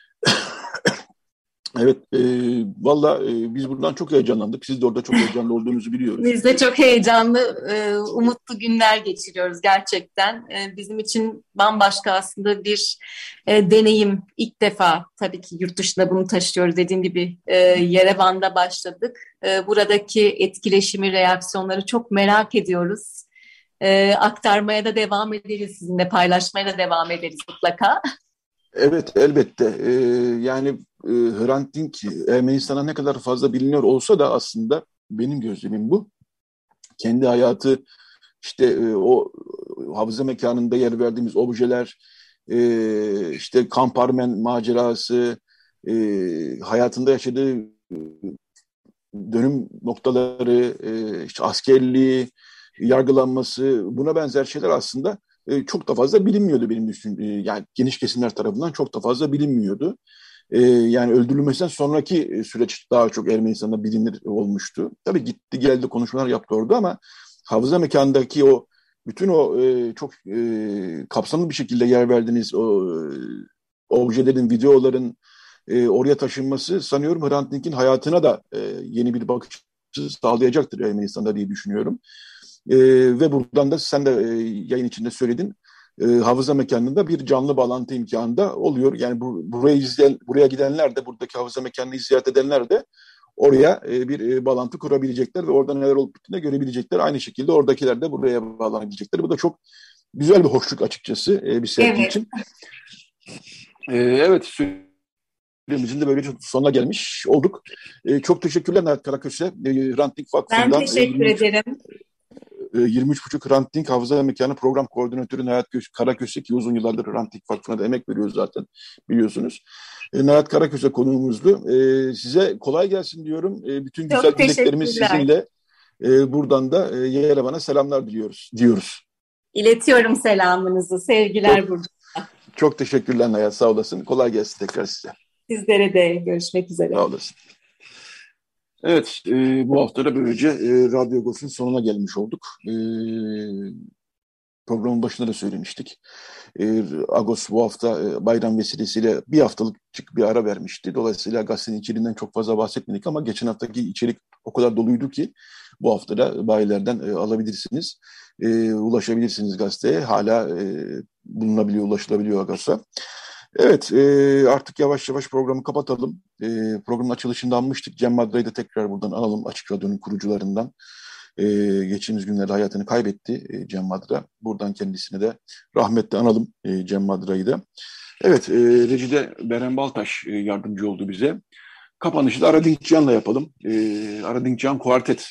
Evet, valla biz buradan çok heyecanlandık. Siz de orada çok heyecanlı olduğunuzu biliyoruz. Biz de çok heyecanlı, umutlu günler geçiriyoruz gerçekten. Bizim için bambaşka aslında bir deneyim. İlk defa tabii ki yurt dışında bunu taşıyoruz. Dediğim gibi Yerevan'da başladık. Buradaki etkileşimi, reaksiyonları çok merak ediyoruz. Aktarmaya da devam ederiz sizinle, paylaşmaya da devam ederiz mutlaka. Evet, elbette. Yani Hrant Dink Ermenistan'a ne kadar fazla biliniyor olsa da aslında benim gözlemim bu. Kendi hayatı, işte o hafıza mekanında yer verdiğimiz objeler, işte Kamparmen macerası, hayatında yaşadığı dönüm noktaları, işte askerliği, yargılanması, buna benzer şeyler aslında çok da fazla bilinmiyordu benim düşündüğüm. Yani geniş kesimler tarafından çok da fazla bilinmiyordu. Yani öldürülmesinden sonraki süreç daha çok Ermenistan'da bilinir olmuştu. Tabii gitti geldi konuşmalar yaptı orada ama hafıza mekanındaki o bütün o çok kapsamlı bir şekilde yer verdiğiniz o objelerin, videoların oraya taşınması sanıyorum Hrant Dink'in hayatına da yeni bir bakış sağlayacaktır Ermenistan'da diye düşünüyorum. Ve buradan da sen de yayın içinde söyledin. Hafıza mekanında bir canlı bağlantı imkanı da oluyor. Yani buraya gidenler de, buradaki hafıza mekanını ziyaret edenler de oraya bir bağlantı kurabilecekler ve orada neler olup bittiğini görebilecekler. Aynı şekilde oradakiler de buraya bağlanabilecekler. Bu da çok güzel bir hoşluk açıkçası bir sergi için. Evet, süremizin de böylece sonuna gelmiş olduk. Çok teşekkürler Nihayet Karaköse. Hrant Dink Vakfı'ndan. Ben teşekkür ederim. 23,5 Hrant Dink Hafıza Mekanı Program Koordinatörü Nihayet Karaköse, ki uzun yıllardır Hrant Dink Vakfı'na da emek veriyoruz zaten, biliyorsunuz. Nihayet Karaköse konuğumuzdu. Size kolay gelsin diyorum. Bütün güzel dileklerimiz sizinle. Buradan da Yerevan'a selamlar diyoruz. İletiyorum selamınızı. Sevgiler burada. Çok teşekkürler Nihayet, sağ olasın. Kolay gelsin tekrar size. Sizlere de görüşmek üzere. Sağ olasın. Evet, bu hafta da böylece Radyo Agos'un sonuna gelmiş olduk. Programın başında da söylemiştik. Agos bu hafta bayram vesilesiyle bir haftalık bir ara vermişti. Dolayısıyla gazetenin içeriğinden çok fazla bahsetmedik ama geçen haftaki içerik o kadar doluydu ki bu hafta da bayilerden alabilirsiniz. Ulaşabilirsiniz gazeteye. Hala bulunabiliyor, ulaşılabiliyor Agos'a. Evet, artık yavaş yavaş programı kapatalım. Programın açılışında almıştık. Cem Madra'yı da tekrar buradan analım, Açık Radyo'nun kurucularından. Geçtiğimiz günlerde hayatını kaybetti Cem Madra. Buradan kendisine de rahmetle analım Cem Madra'yı da. Evet, rejide Beren Baltaş yardımcı oldu bize. Kapanışı da Ara Dinkcihan'la yapalım. Ara Dinkcihan Kuartet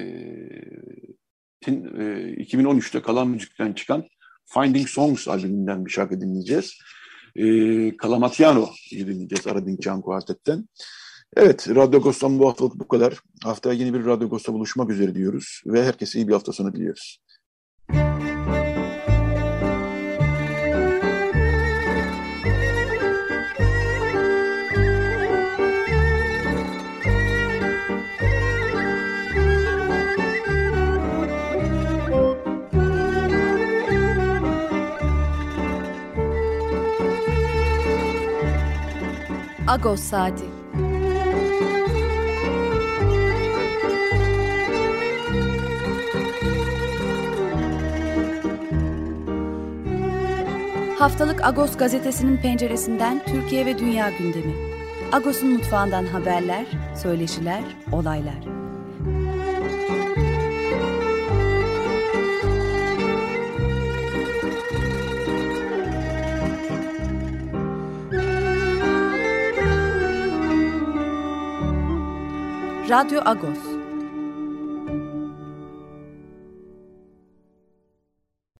2013'te Kalan Müzik'ten çıkan Finding Songs albümünden bir şarkı dinleyeceğiz. Kalamatiano'yu dinleyeceğiz Ara Dinkcihan Kuartet'ten. Evet, Radyo Agos'tan bu haftalık bu kadar. Haftaya yeni bir Radyo Agos'ta buluşmak üzere diyoruz ve herkese iyi bir hafta sonu diliyoruz. Agos Saati. Haftalık Agos gazetesinin penceresinden Türkiye ve dünya gündemi. Agos'un mutfağından haberler, söyleşiler, olaylar. Radyo Agos.